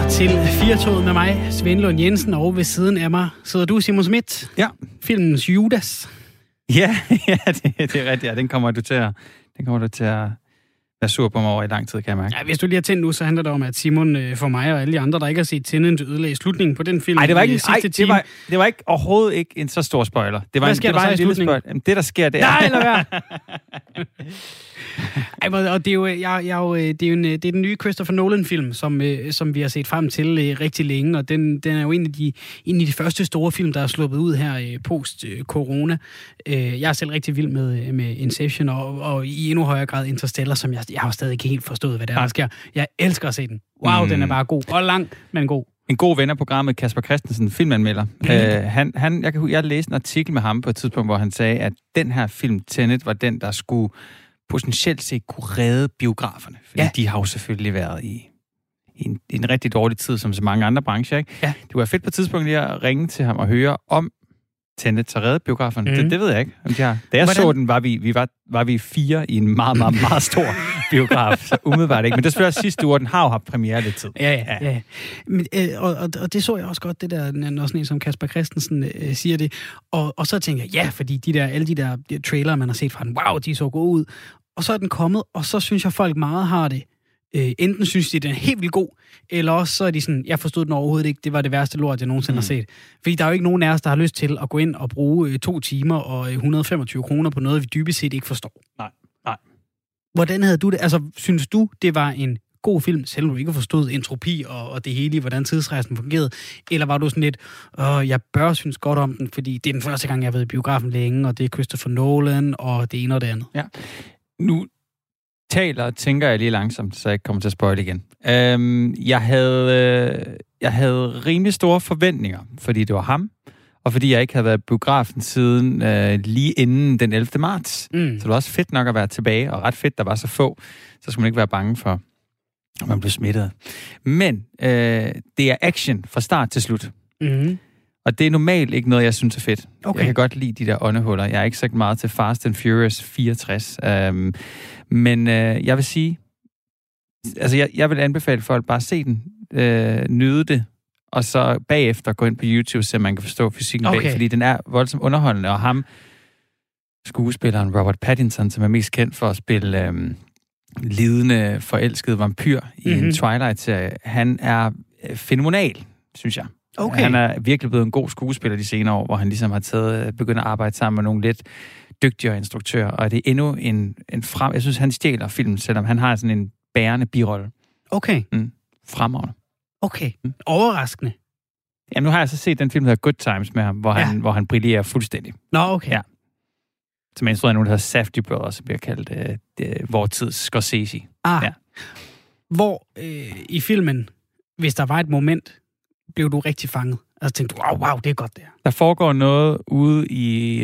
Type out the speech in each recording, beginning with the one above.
til Firtoget med mig, Svend Lund Jensen, og ved siden af mig sidder du, Simon Schmidt. Ja. Filmens Judas. Ja, det er rigtigt. Ja, den kommer du til at være sur på mig over i lang tid, kan jeg mærke. Ja, hvis du lige har tændt nu, så handler det om, at Simon for mig og alle de andre, der ikke har set Tenet, ødelagde slutningen på den film. Nej, det var ikke sidste time. det var ikke overhovedet ikke en så stor spoiler. Hvad sker der så i slutningen? Jamen, det der sker, det er... Nej, lad være! Ej, og det er jo, det er den nye Christopher Nolan-film, som vi har set frem til rigtig længe, og den er jo en af de første store film, der er sluppet ud her post-corona. Jeg er selv rigtig vild med Inception, og i endnu højere grad Interstellar, som jeg har stadig ikke helt forstået, hvad der sker. Jeg elsker at se den. Wow, den er bare god. Og lang, men god. En god ven af programmet, Kasper Christensen, filmanmelder. Jeg læste en artikel med ham på et tidspunkt, hvor han sagde, at den her film, Tenet, var den, der skulle potentielt set kunne redde biograferne. Fordi de har jo selvfølgelig været i en rigtig dårlig tid, som så mange andre brancher, ikke? Ja. Det var fedt på et tidspunkt lige at ringe til ham og høre om Tenet til at redde biograferne. Det ved jeg ikke. Da jeg så den, var vi 4 i en meget, meget, meget stor biograf. Så umiddelbart ikke. Men det er selvfølgelig også sidste uge, den har jo haft premiere lidt tid. Ja. Men, og det så jeg også godt, det der, når sådan en som Kasper Christensen siger det. Og så tænker jeg, fordi alle de der trailer, man har set fra den, wow, de så gode ud. Og så er den kommet, og så synes jeg, folk meget har det. Enten synes de, den er helt vildt god, eller også så er de sådan, jeg forstod den overhovedet ikke, det var det værste lort, jeg nogensinde har set. Fordi der er jo ikke nogen af os, der har lyst til at gå ind og bruge 2 timer og 125 kroner på noget, vi dybest set ikke forstår. Nej. Hvordan havde du det? Altså, synes du, det var en god film, selvom du ikke forstod entropi og det hele, hvordan tidsrejsen fungerede? Eller var du sådan lidt, jeg bør synes godt om den, fordi det er den første gang, jeg har været i biografen længe, og det er Christopher Nolan, og det ene og det andet? Ja. Nu taler og tænker jeg lige langsomt, så jeg ikke kommer til at spoile igen. Jeg havde rimelig store forventninger, fordi det var ham, og fordi jeg ikke havde været i biografen siden lige inden den 11. marts. Så det var også fedt nok at være tilbage, og ret fedt, der var så få. Så skulle man ikke være bange for, at man blev smittet. Men det er action fra start til slut. Og det er normalt ikke noget, jeg synes er fedt. Okay. Jeg kan godt lide de der åndehuller. Jeg er ikke så meget til Fast and Furious 64. Men jeg vil sige, altså jeg vil anbefale folk bare at se den, nyde det, og så bagefter gå ind på YouTube, så man kan forstå fysikken bag, fordi den er voldsomt underholdende, og ham, skuespilleren Robert Pattinson, som er mest kendt for at spille lidende, forelsket vampyr i en Twilight-serie, han er fænomenal, synes jeg. Okay. Han er virkelig blevet en god skuespiller de senere år, hvor han ligesom har begyndt at arbejde sammen med nogle lidt dygtigere instruktører, og det er endnu en jeg synes, han stjæler filmen, selvom han har sådan en bærende birolle. Okay. Fremragende. Okay. Overraskende. Jamen, nu har jeg så set den film, der hedder Good Times med ham, hvor han brillerer fuldstændig. Nå, okay. Ja. Som jeg tror, nogen, der hedder Safdie Brothers, som bliver kaldt vor tids Scorsese. Ja. Hvor i filmen, hvis der var et moment, blev du rigtig fanget? Altså tænkte du, wow, det er godt det her. Der foregår noget ude i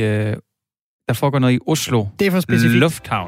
Oslo. Det er for specifikt. Lufthavn.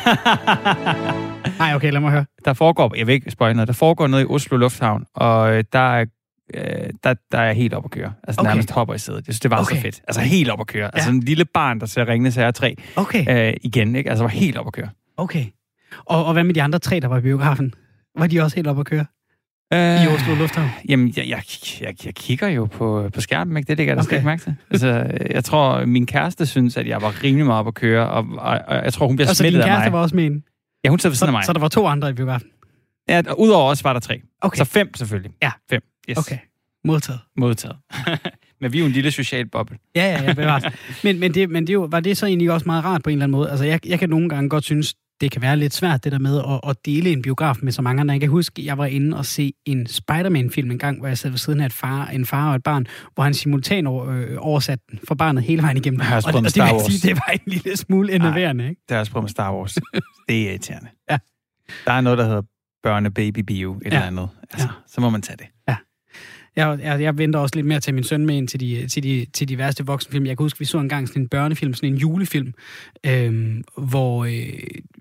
Nej, okay, lad mig høre. Jeg vil ikke spoile noget. Der foregår noget i Oslo Lufthavn, og der er jeg helt op at køre. Altså nærmest hopper i sædet. Jeg synes, det var så fedt. Altså helt op at køre. Ja. Altså en lille barn, der ser Ringenes Herre 3 igen, ikke? Altså var helt op at køre. Okay. Og hvad med de andre 3, der var i biografen? Var de også helt op at køre? I Oslo Lufthavn? Jamen, jeg kigger jo på skærmen, ikke? Det ligger der ikke mærke til. Altså, jeg tror, min kæreste synes, at jeg var rimelig meget op at køre, og jeg tror, hun bliver smittet af mig. Så din kæreste var også med en? Ja, hun sad ved siden af mig. Så der var 2 andre i biografen? Ja, og udover os var der 3. Okay. Så 5 selvfølgelig. Ja. 5, yes. Okay. Modtaget. Men vi er jo en lille social boble. Ja, bevares. Men var det så egentlig også meget rart på en eller anden måde? Altså, jeg kan nogle gange godt synes, det kan være lidt svært, det der med at dele en biograf med så mange andre. Jeg kan huske, jeg var inde og se en Spider-Man-film en gang, hvor jeg sad ved siden af en far og et barn, hvor han simultan oversatte den for barnet hele vejen igennem. Og det vil jeg sige, det var en lille smule enerverende, ikke? Det har jeg også prøvet med Star Wars. Det er irriterende. Ja. Der er noget, der hedder børne-baby-bio, et eller andet. Altså, så må man tage det. Ja. Jeg venter også lidt mere til min søn med ind til de værste voksenfilm. Jeg kan huske, vi så engang sådan en børnefilm, sådan en julefilm, hvor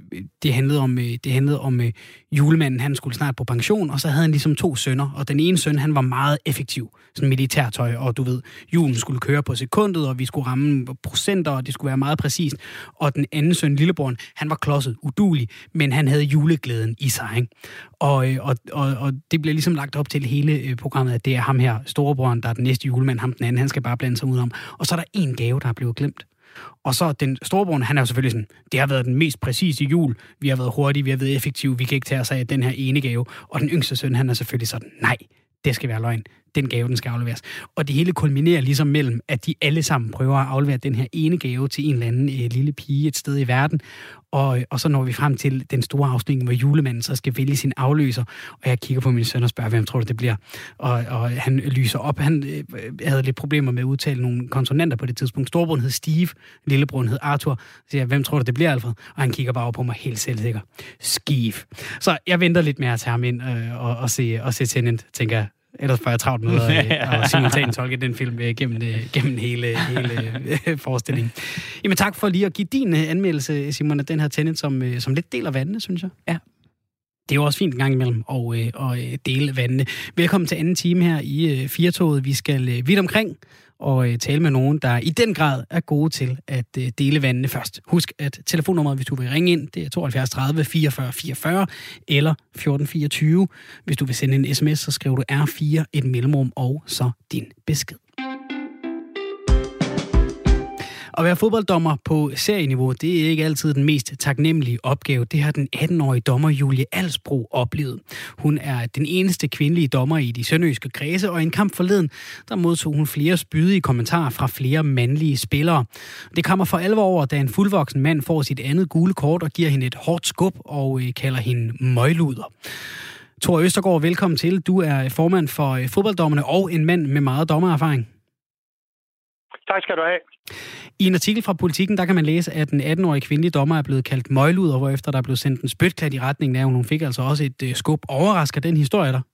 det handlede om julemanden, han skulle snart på pension, og så havde han ligesom 2 sønner, og den ene søn, han var meget effektiv, sådan militærtøj, og du ved, julen skulle køre på sekundet, og vi skulle ramme procenter, og det skulle være meget præcist, og den anden søn, lillebroren, han var klodset, uduelig, men han havde juleglæden i sig, ikke? Og det bliver ligesom lagt op til hele programmet, at det er ham her, storebroren, der er den næste julemand, ham den anden, han skal bare blande sig udenom, og så er der en gave, der er blevet glemt. Og så den storebror, han er jo selvfølgelig sådan, det har været den mest præcise jul, vi har været hurtige, vi har været effektive, vi kan ikke tage os af den her ene gave. Og den yngste søn, han er selvfølgelig sådan, nej, det skal være løgn. Den gave, den skal afleveres. Og det hele kulminerer ligesom mellem, at de alle sammen prøver at aflevere den her ene gave til en eller anden lille pige et sted i verden. Og så når vi frem til den store afslutning, hvor julemanden så skal vælge sin afløser. Og jeg kigger på min søn og spørger, hvem tror du, det bliver? Og han lyser op. Han havde lidt problemer med at udtale nogle konsonanter på det tidspunkt. Storebroren hed Steve, lillebroren hed Arthur. Så siger jeg, hvem tror du, det bliver, Alfred? Og han kigger bare over på mig helt selvsikker. Skive. Så jeg venter lidt med at tage ham ind og se Tenet, tænker jeg. Ellers får jeg travlt med at simultant tolke den film gennem hele forestillingen. Jamen tak for lige at give din anmeldelse, Simon, af den her Tenet, som lidt deler vandene, synes jeg. Ja. Det er jo også fint en gang imellem at dele vandene. Velkommen til anden time her i Firtoget. Vi skal vidt omkring og tale med nogen, der i den grad er gode til at dele vandene først. Husk, at telefonnummeret, hvis du vil ringe ind, det er 72 30 44 44 eller 1424. Hvis du vil sende en sms, så skriver du R4, et mellemrum og så din besked. At være fodbolddommer på serieniveau, det er ikke altid den mest taknemmelige opgave. Det har den 18-årige dommer Julie Alsbro oplevet. Hun er den eneste kvindelige dommer i de sønderjyske kredse, og i en kamp forleden, der modtog hun flere spydige kommentarer fra flere mandlige spillere. Det kommer for alvor over, da en fuldvoksen mand får sit andet gule kort og giver hende et hårdt skub og kalder hende møgluder. Thor Østergaard, velkommen til. Du er formand for fodbolddommerne og en mand med meget dommererfaring. Tak skal du have. I en artikel fra Politikken, der kan man læse, at den 18-årige kvindelige dommer er blevet kaldt møgluder, hvorefter der blev sendt en spytklat i retningen af, hun fik altså også et skub. Overrasker den historie der?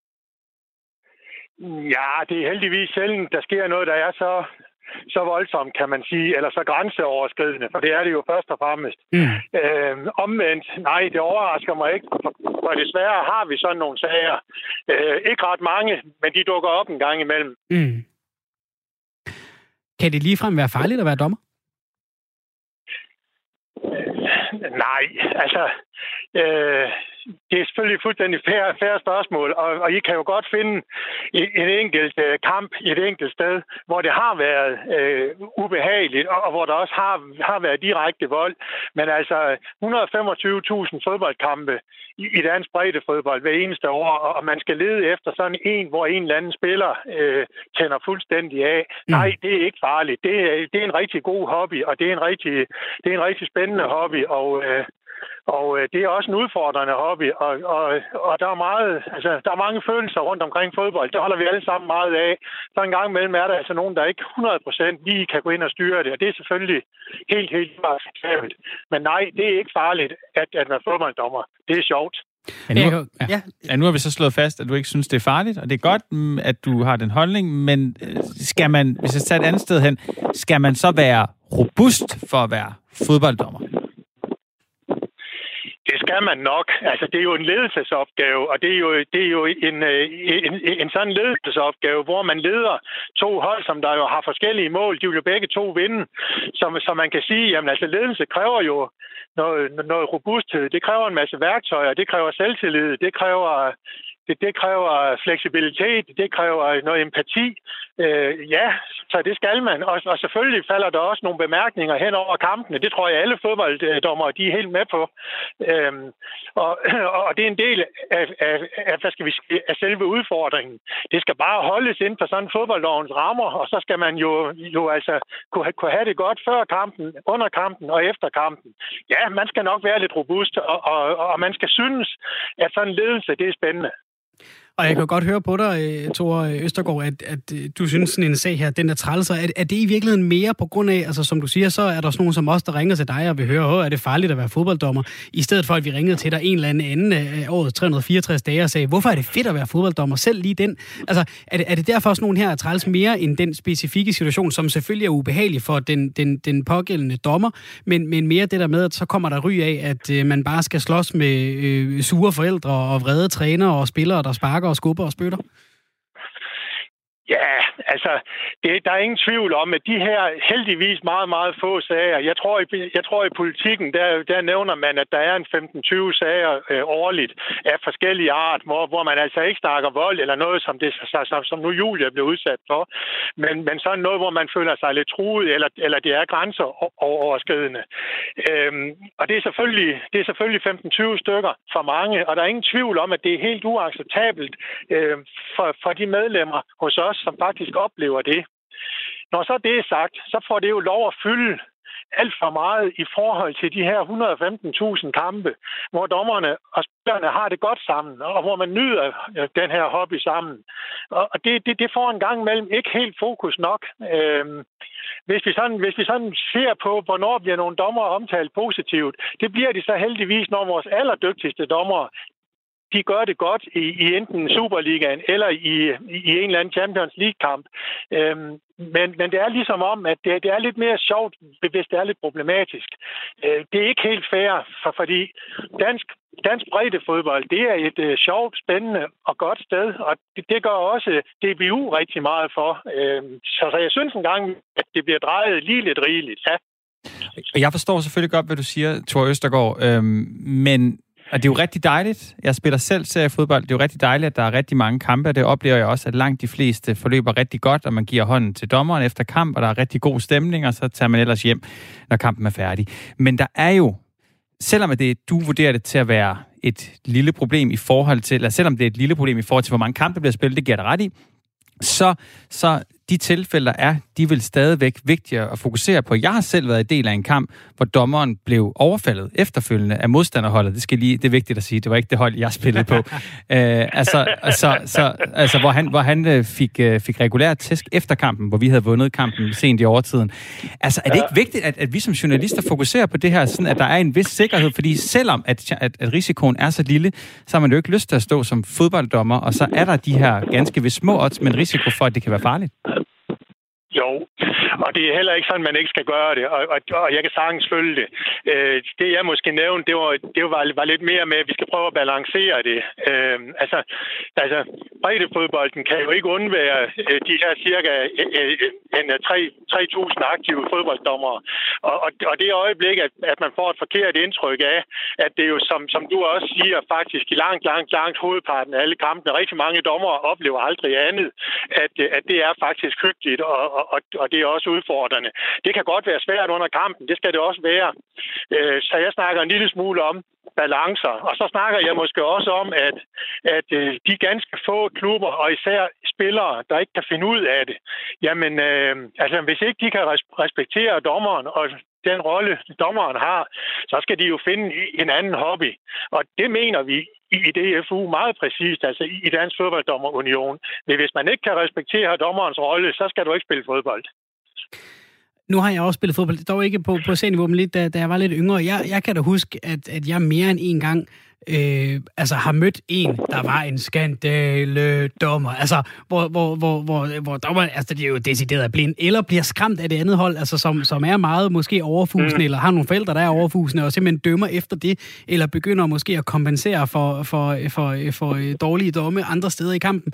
Ja, det er heldigvis sjældent, der sker noget, der er så voldsomt, kan man sige, eller så grænseoverskridende, for det er det jo først og fremmest. Omvendt, nej, det overrasker mig ikke, for desværre har vi sådan nogle sager. Ikke ret mange, men de dukker op en gang imellem. Kan det ligefrem være farligt at være dommer? Nej, altså, det er selvfølgelig fuldstændig fair spørgsmål, og I kan jo godt finde en enkelt kamp i et enkelt sted, hvor det har været ubehageligt, og hvor der også har været direkte vold. Men altså 125.000 fodboldkampe i dansk breddefodbold hver eneste år, og man skal lede efter sådan en, hvor en eller anden spiller tænder fuldstændig af. Nej, det er ikke farligt. Det er en rigtig god hobby, og det er en rigtig spændende hobby, og det er også en udfordrende hobby, og der er mange følelser rundt omkring fodbold. Det holder vi alle sammen meget af. Så en gang imellem er der altså nogen, der ikke 100% lige kan gå ind og styre det, og det er selvfølgelig helt acceptabelt. Men nej, det er ikke farligt at være fodbolddommer. Det er sjovt. Ja, nu har vi så slået fast, at du ikke synes, det er farligt, og det er godt, at du har den holdning, men skal man, hvis jeg tager et andet sted hen, skal man så være robust for at være fodbolddommer? Det skal man nok. Altså, det er jo en ledelsesopgave, og det er jo en sådan ledelsesopgave, hvor man leder 2 hold, som der jo har forskellige mål. De vil jo begge 2 vinde. Så man kan sige, jamen altså, ledelse kræver jo noget robusthed. Det kræver en masse værktøjer. Det kræver selvtillid. Det kræver fleksibilitet, det kræver noget empati. Ja, så det skal man. Og selvfølgelig falder der også nogle bemærkninger hen over kampene. Det tror jeg, alle fodbolddommere, de er helt med på. Og det er en del af selve udfordringen. Det skal bare holdes inden for sådan fodboldlovens rammer, og så skal man jo altså kunne have det godt før kampen, under kampen og efter kampen. Ja, man skal nok være lidt robust, og man skal synes, at sådan en ledelse, det er spændende. Og jeg kan godt høre på dig, Tore Østergaard, at du synes, sådan en sag her, den er træls. Er det i virkeligheden mere på grund af, altså som du siger, så er der sådan nogen som os, der ringer til dig og vil høre, er det farligt at være fodbolddommer, i stedet for, at vi ringede til dig en eller anden af året 364 dage og sagde, hvorfor er det fedt at være fodbolddommer? Selv lige den. Altså, er det derfor også nogen her er træls mere end den specifikke situation, som selvfølgelig er ubehagelig for den pågældende dommer, men mere det der med, at så kommer der ry af, at man bare skal slås med sure forældre og vrede trænere og spillere, der sparker og skubber og spytter? Ja, altså, der er ingen tvivl om, at de her heldigvis meget, meget få sager, jeg tror i politikken, der nævner man, at der er en 15-20 sager årligt af forskellige art, hvor man altså ikke snakker vold eller noget, som nu Julia blev udsat for, men sådan noget, hvor man føler sig lidt truet, eller det er grænser overskridende. Og det er selvfølgelig 15-20 stykker for mange, og der er ingen tvivl om, at det er helt uacceptabelt for de medlemmer hos os, som faktisk oplever det. Når så det er sagt, så får det jo lov at fylde alt for meget i forhold til de her 115.000 kampe, hvor dommerne og spillerne har det godt sammen, og hvor man nyder den her hobby sammen. Og det får en gang imellem ikke helt fokus nok. Hvis vi sådan ser på, hvornår bliver nogle dommere omtalt positivt, det bliver de så heldigvis, når vores allerdygtigste dommere de gør det godt i enten Superligaen eller i en eller anden Champions League-kamp. Men det er ligesom om, at det er lidt mere sjovt, hvis det er lidt problematisk. Det er ikke helt fair, fordi dansk breddefodbold, det er et sjovt, spændende og godt sted, og det gør også DBU rigtig meget for. Så jeg synes engang, at det bliver drejet lige lidt rigeligt. Ja. Jeg forstår selvfølgelig godt, hvad du siger, Tore Østergaard, men og det er jo rigtig dejligt. Jeg spiller selv seriefodbold. Det er jo rigtig dejligt, at der er rigtig mange kampe, og det oplever jeg også, at langt de fleste forløber rigtig godt, og man giver hånden til dommeren efter kamp, og der er rigtig god stemning, og så tager man ellers hjem, når kampen er færdig. Men der er jo, selvom du vurderer det til at være et lille problem i forhold til, eller selvom det er et lille problem i forhold til, hvor mange kampe der bliver spillet, det giver dig ret i, så de tilfælde, der er, de vil stadigvæk vigtigere at fokusere på. Jeg har selv været en del af en kamp, hvor dommeren blev overfaldet efterfølgende af modstanderholdet. Det er vigtigt at sige. Det var ikke det hold, jeg spillede på. Hvor han fik regulær tæsk efter kampen, hvor vi havde vundet kampen sent i overtiden. Altså, er det ikke vigtigt, at vi som journalister fokuserer på det her, sådan at der er en vis sikkerhed? Fordi selvom at risikoen er så lille, så har man jo ikke lyst til at stå som fodbolddommer, og så er der de her ganske ved små odds, men risiko for, at det kan være farligt. Jo, og det er heller ikke sådan, man ikke skal gøre det, og jeg kan sagtens følge det. Det jeg måske nævnte, det var lidt mere med, at vi skal prøve at balancere det. Altså breddefodbolden kan jo ikke undvære de her cirka 3.000 aktive fodbolddommere. Og det øjeblik, at man får et forkert indtryk af, at det jo, som du også siger, faktisk i langt hovedparten af alle kampene, rigtig mange dommere oplever aldrig andet, at det er faktisk hyggeligt, og det er også udfordrende. Det kan godt være svært under kampen, det skal det også være. Så jeg snakker en lille smule om balancer, og så snakker jeg måske også om, at de ganske få klubber, og især spillere, der ikke kan finde ud af det, jamen, hvis ikke de kan respektere dommeren og den rolle, dommeren har, så skal de jo finde en anden hobby. Og det mener vi i DFU meget præcist, altså i Dansk Fodbolddommerunion. Men hvis man ikke kan respektere dommerens rolle, så skal du ikke spille fodbold. Nu har jeg også spillet fodbold, dog ikke på C-niveau, men lidt, da jeg var lidt yngre. Jeg kan da huske, at jeg mere end en gang har mødt en, der var en skandale dommer. Altså, hvor dommer, altså det er jo decideret blind, eller bliver skræmt af det andet hold, altså som er meget måske overfusende, eller har nogle forældre, der er overfusende, og simpelthen dømmer efter det, eller begynder måske at kompensere for dårlige domme andre steder i kampen.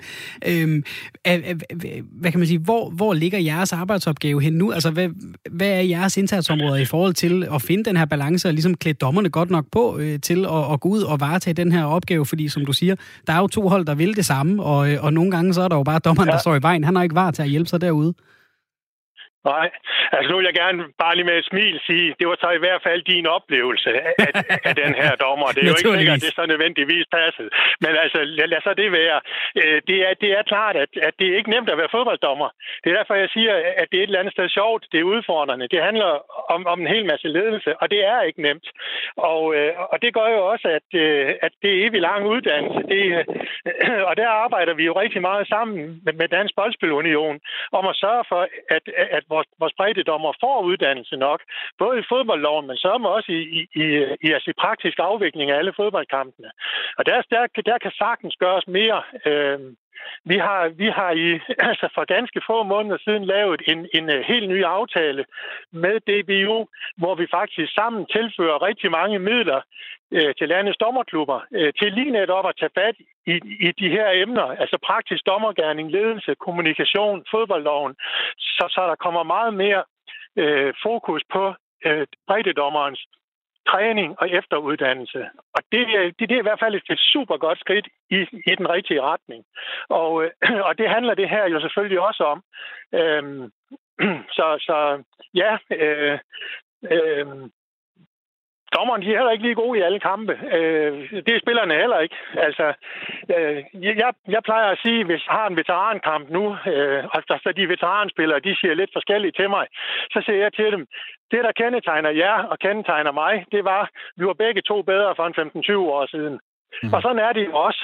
Hvad kan man sige, hvor ligger jeres arbejdsopgave hen nu? Altså, hvad er jeres indsatsområder i forhold til at finde den her balance, og ligesom klæde dommerne godt nok på til at gå ud og varetage den her opgave, fordi som du siger, der er jo to hold, der vil det samme, og nogle gange så er der jo bare dommeren, der står i vejen. Han har ikke var til at hjælpe sig derude. Nej, altså nu vil jeg gerne bare lige med et smil sige, det var så i hvert fald din oplevelse af den her dommer. Det er jo ikke sikkert, at det så nødvendigvis passede. Men altså, lad så det være. Det er klart, at det er ikke nemt at være fodbolddommer. Det er derfor, jeg siger, at det er et eller andet sted sjovt. Det er udfordrende. Det handler om en hel masse ledelse, og det er ikke nemt. Og det gør jo også, at det er evig lang uddannelse. Og der arbejder vi jo rigtig meget sammen med Dansk Boldspilunion om at sørge for, at vores breddedommer får uddannelse nok, både i fodboldloven, men så også i praktisk afvikling af alle fodboldkampene. Og der kan sagtens gøres mere. Vi har altså for ganske få måneder siden lavet en helt ny aftale med DBU, hvor vi faktisk sammen tilfører rigtig mange midler til landets dommerklubber, til lige netop at tage fat i de her emner, altså praktisk dommergerning, ledelse, kommunikation, fodboldloven, så der kommer meget mere fokus på breddedommerens træning og efteruddannelse. Og det er i hvert fald et super godt skridt i den rigtige retning. Og det handler det her jo selvfølgelig også om. Dommeren, de er heller ikke lige gode i alle kampe. Det er spillerne heller ikke. Altså, jeg plejer at sige, hvis jeg har en veterankamp nu, og så de veteranspillere, de siger lidt forskelligt til mig, så siger jeg til dem, det der kendetegner jer og kendetegner mig, det var, vi var begge to bedre for en 15-20 år siden. Og sådan er det jo også.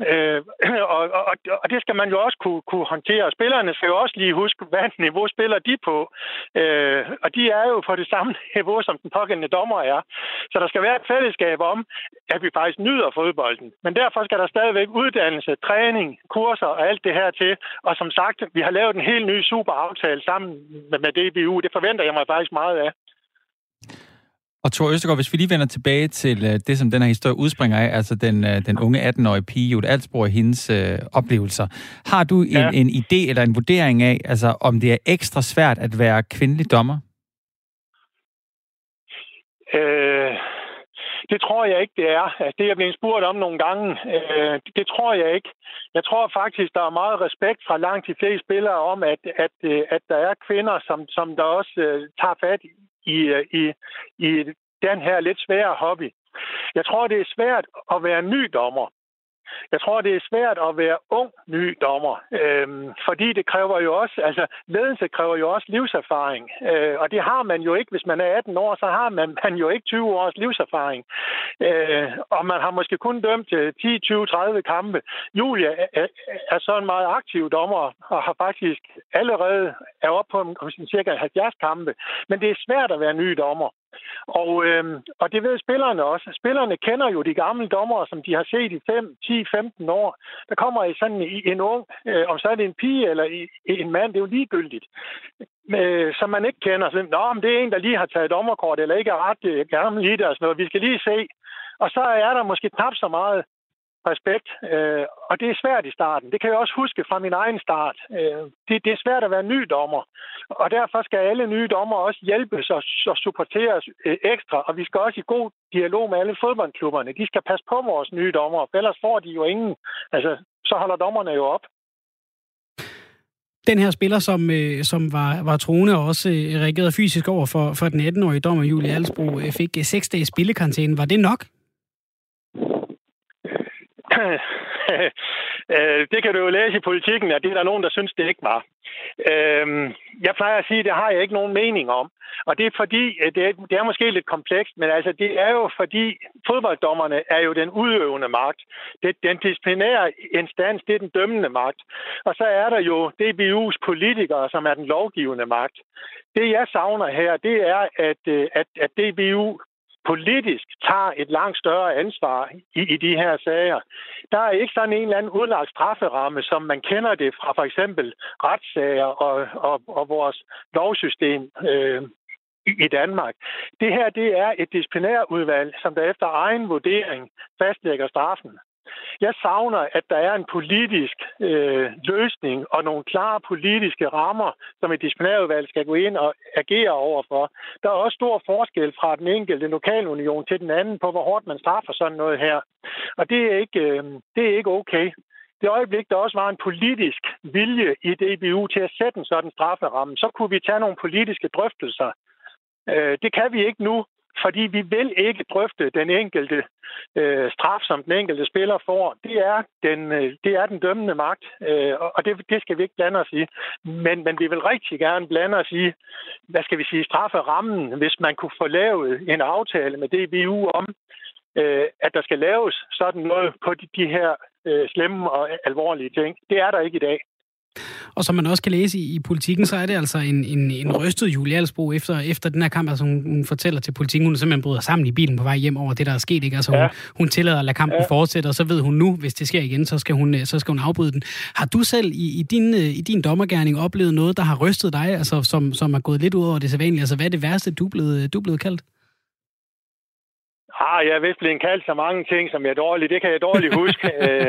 Og det skal man jo også kunne håndtere. Spillerne skal jo også lige huske, hvad niveau spiller de på. Og de er jo på det samme niveau, som den pågældende dommer er. Så der skal være et fællesskab om, at vi faktisk nyder fodbolden. Men derfor skal der stadigvæk uddannelse, træning, kurser og alt det her til. Og som sagt, vi har lavet en helt ny super aftale sammen med DBU. Det forventer jeg mig faktisk meget af. Og Thor Østergaard, hvis vi lige vender tilbage til det, som den her historie udspringer af, altså den unge 18-årige pige, Judith Alsbro, og hendes oplevelser. Har du en idé eller en vurdering af, altså om det er ekstra svært at være kvindelig dommer? Det tror jeg ikke, det er. Altså, det er jeg blevet spurgt om nogle gange. Det tror jeg ikke. Jeg tror faktisk, der er meget respekt fra langt de fleste spillere om, at der er kvinder, som der også tager fat i den her lidt svære hobby. Jeg tror, det er svært at være ny dommer. Jeg tror, det er svært at være ung ny dommer, fordi det kræver jo også, altså ledelse kræver jo også livserfaring, og det har man jo ikke, hvis man er 18 år, så har man jo ikke 20 års livserfaring, og man har måske kun dømt 10, 20, 30 kampe. Julia er så en meget aktiv dommer, og har faktisk allerede er oppe på cirka 70 kampe, men det er svært at være ny dommer. Og det ved spillerne også. Spillerne kender jo de gamle dommere, som de har set i 5, 10, 15 år. Der kommer i sådan en ung, om så er det en pige eller en mand, det er jo ligegyldigt, som man ikke kender. Så, men det er en, der lige har taget dommerkort, eller ikke er ret gammel i det og sådan noget. Vi skal lige se. Og så er der måske knap så meget respekt, og det er svært i starten. Det kan jeg også huske fra min egen start. Det er svært at være ny dommer, og derfor skal alle nye dommer også hjælpes og supporteres ekstra, og vi skal også i god dialog med alle fodboldklubberne. De skal passe på vores nye dommer, for ellers får de jo ingen. Altså, så holder dommerne jo op. Den her spiller, som var troende og også reagerede fysisk over for den 18-årige dommer, Julie Alsbro, fik 6 dages spillekarantæne. Var det nok? Det kan du jo læse i Politikken, at det er der nogen, der synes, det ikke var. Jeg plejer at sige, at det har jeg ikke nogen mening om. Og det er fordi, det er måske lidt komplekst, men altså det er jo fordi, fodbolddommerne er jo den udøvende magt. Den disciplinære instans, det er den dømmende magt. Og så er der jo DBU's politikere, som er den lovgivende magt. Det jeg savner her, det er, at DBU politisk tager et langt større ansvar i de her sager. Der er ikke sådan en eller anden udlagt strafferamme, som man kender det fra for eksempel retssager og vores lovsystem i Danmark. Det her, det er et disciplinærudvalg, som der efter egen vurdering fastlægger straffen. Jeg savner, at der er en politisk løsning og nogle klare politiske rammer, som et disciplinærudvalg skal gå ind og agere overfor. Der er også stor forskel fra den enkelte lokalunion til den anden på, hvor hårdt man straffer sådan noget her. Og det er ikke okay. det øjeblik, der også var en politisk vilje i DBU til at sætte en sådan strafferamme, så kunne vi tage nogle politiske drøftelser. Det kan vi ikke nu, fordi vi vil ikke drøfte den enkelte straf, som den enkelte spiller får. Det er den dømmende magt, og det skal vi ikke blande os i. Men vi vil rigtig gerne blande os i, strafferammen, hvis man kunne få lavet en aftale med DBU om, at der skal laves sådan noget på de her slemme og alvorlige ting. Det er der ikke i dag. Og som man også kan læse i Politikken, så er det altså en rystet Julie Alsbo efter den her kamp. Altså hun fortæller til Politikken, hun simpelthen bryder sammen i bilen på vej hjem over det, der er sket. Ikke? Altså hun tillader at lade kampen fortsætte, og så ved hun nu, hvis det sker igen, så skal hun afbryde den. Har du selv i din dommergerning oplevet noget, der har rystet dig, altså som er gået lidt ud over det sædvanlige? Altså hvad er det værste, du er blevet kaldt? Jeg er vist blevet kaldt så mange ting, som jeg dårligt. Det kan jeg dårligt huske.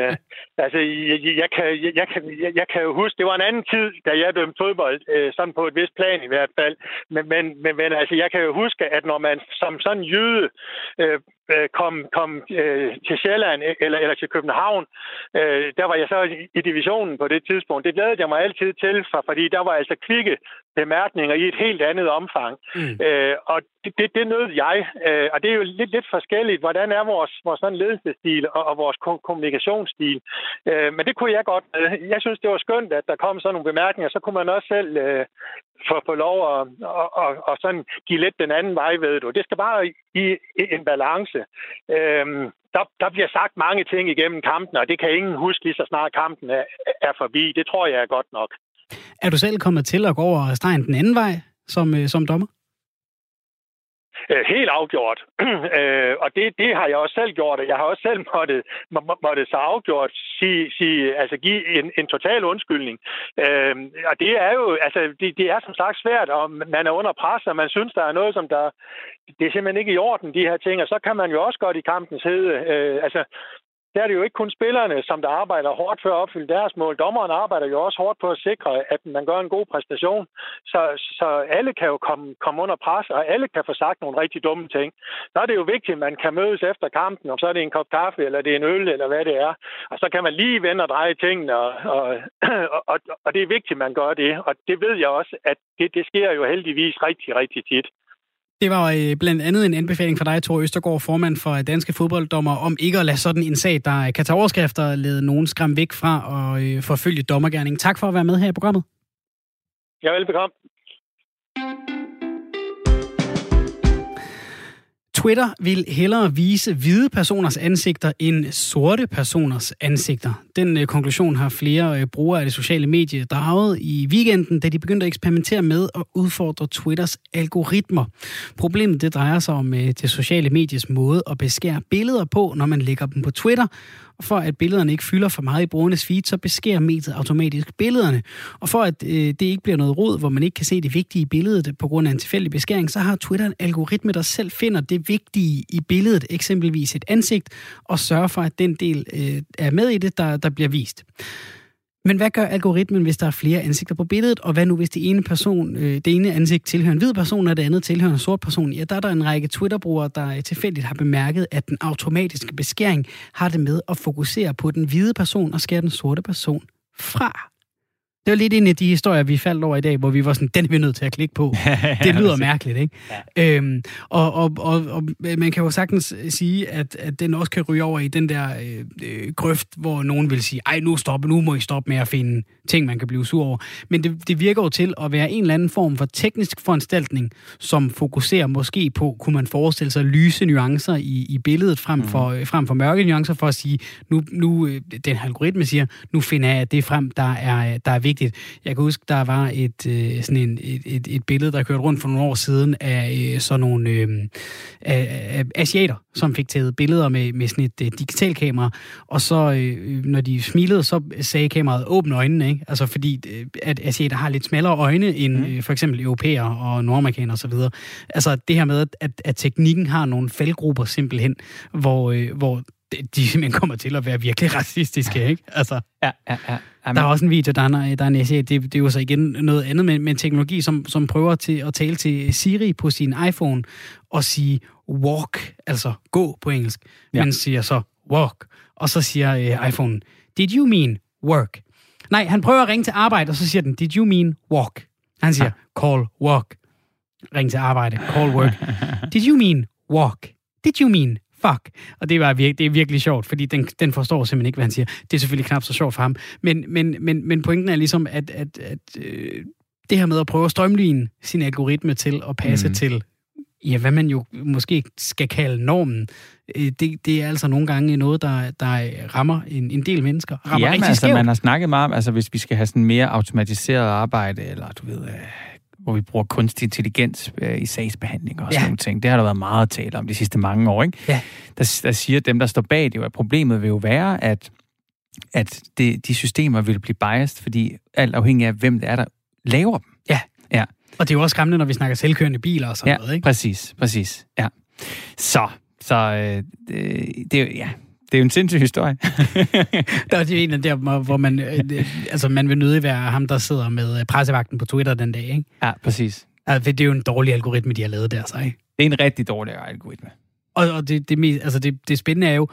Jeg kan jo huske, det var en anden tid, da jeg dømte fodbold, sådan på et vist plan i hvert fald. Men altså, jeg kan jo huske, at når man som sådan jyde kom til Sjælland eller til København, der var jeg så i divisionen på det tidspunkt. Det glædede jeg mig altid til, fordi der var altså kvikke bemærkninger i et helt andet omfang. Og det nød jeg. Og det er jo lidt forskelligt, hvordan er vores sådan ledelsesstil og vores kommunikationsstil. Men det kunne jeg godt. Jeg synes, det var skønt, at der kom sådan nogle bemærkninger. Så kunne man også selv få lov at sådan give lidt den anden vej, ved du. Det skal bare i en balance. Der bliver sagt mange ting igennem kampen, og det kan ingen huske lige så snart kampen er forbi. Det tror jeg er godt nok. Er du selv kommet til at gå over stregen den anden vej som dommer? Helt afgjort. Og det har jeg også selv gjort, og jeg har også selv måtte så afgjort give en total undskyldning. Og det er jo, altså, det er som sagt svært, og man er under pres, og man synes, der er noget, det er simpelthen ikke i orden, de her ting, og så kan man jo også godt i kampens hede, der er det jo ikke kun spillerne, som der arbejder hårdt for at opfylde deres mål. Dommeren arbejder jo også hårdt på at sikre, at man gør en god præstation. Så alle kan jo komme under pres, og alle kan få sagt nogle rigtig dumme ting. Så er det jo vigtigt, at man kan mødes efter kampen, om så er det en kop kaffe, eller det er en øl, eller hvad det er. Og så kan man lige vende og dreje tingene, og det er vigtigt, at man gør det. Og det ved jeg også, at det sker jo heldigvis rigtig, rigtig tit. Det var blandt andet en anbefaling fra dig, Thor Østergaard, formand for Danske Fodbolddommer, om ikke at lade sådan en sag, der kan tage overskrifter, lede nogen skræmme væk fra og forfølge dommergerningen. Tak for at være med her i programmet. Ja, velbekomme. Twitter vil hellere vise hvide personers ansigter end sorte personers ansigter. Den konklusion har flere brugere af det sociale medie draget i weekenden, da de begyndte at eksperimentere med at udfordre Twitters algoritmer. Problemet det drejer sig om det sociale medies måde at beskære billeder på, når man lægger dem på Twitter. Og for at billederne ikke fylder for meget i brugernes feed, så beskærer mediet automatisk billederne. Og for at det ikke bliver noget rod, hvor man ikke kan se det vigtige i billedet på grund af en tilfældig beskæring, så har Twitter en algoritme, der selv finder det vigtige i billedet, eksempelvis et ansigt, og sørger for, at den del er med i det, der bliver vist. Men hvad gør algoritmen, hvis der er flere ansigter på billedet? Og hvad nu, hvis det ene ansigt tilhører en hvid person, og det andet tilhører en sort person? Ja, der er der en række Twitter-brugere, der tilfældigt har bemærket, at den automatiske beskæring har det med at fokusere på den hvide person og skære den sorte person fra. Det var lidt en af de historier, vi faldt over i dag, hvor vi var sådan, den er vi nødt til at klikke på. Det lyder mærkeligt, ikke? Ja. Og man kan jo sagtens sige, at den også kan ryge over i den der grøft, hvor nogen vil sige, nu må I stoppe med at finde ting, man kan blive sur over. Men det virker jo til at være en eller anden form for teknisk foranstaltning, som fokuserer måske på, kunne man forestille sig, lyse nuancer i billedet frem for mørke nuancer, for at sige, nu den algoritme siger, nu finder jeg det frem, der er vigtigt. Jeg kan huske, der var et billede, der kørte rundt for nogle år siden af sådan nogle asiater, som fik taget billeder med sådan et digitalkamera, og så når de smilede, så sagde kameraet åbn øjnene, ikke? Altså fordi at asiater har lidt smallere øjne end for eksempel europæer og nordamerikanere og så videre. Altså det her med, at teknikken har nogle faldgrupper simpelthen, hvor de simpelthen kommer til at være virkelig racistiske, ikke? Altså, ja. Der er også en video, der er en essay, det er jo så igen noget andet, men teknologi, som prøver til at tale til Siri på sin iPhone og sige walk, altså gå på engelsk, men siger så walk, og så siger iPhone, did you mean work. Nej, han prøver at ringe til arbejde, og så siger den, did you mean walk? Han siger, call walk. Ring til arbejde, call work. Did you mean walk? Did you mean fuck? Og det er virkelig sjovt, fordi den forstår simpelthen ikke, hvad han siger. Det er selvfølgelig knap så sjovt for ham. Men pointen er ligesom, at det her med at prøve at strømline sin algoritme til at passe til, ja, hvad man jo måske skal kalde normen, det er altså nogle gange noget, der rammer en del mennesker. Rammer rigtig altså skævt. Man har snakket meget om, altså hvis vi skal have sådan mere automatiseret arbejde, eller du ved, hvor vi bruger kunstig intelligens i sagsbehandling og sådan nogle ting. Det har der været meget tale om de sidste mange år, ikke? Ja. Der siger dem, der står bag det, at problemet vil jo være, at de systemer vil blive biased, fordi alt afhængig af, hvem det er, der laver dem. Ja. Ja. Og det er jo også skræmmende, når vi snakker selvkørende biler og sådan noget, ikke? Præcis. Ja. Så det er jo en sindssyg historie. Der er jo en af der, hvor man, man vil nødig være ham, der sidder med pressevagten på Twitter den dag, ikke? Ja, præcis. Altså, det er jo en dårlig algoritme, de har lavet der, så, ikke? Det er en rigtig dårlig algoritme. Og det spændende er jo,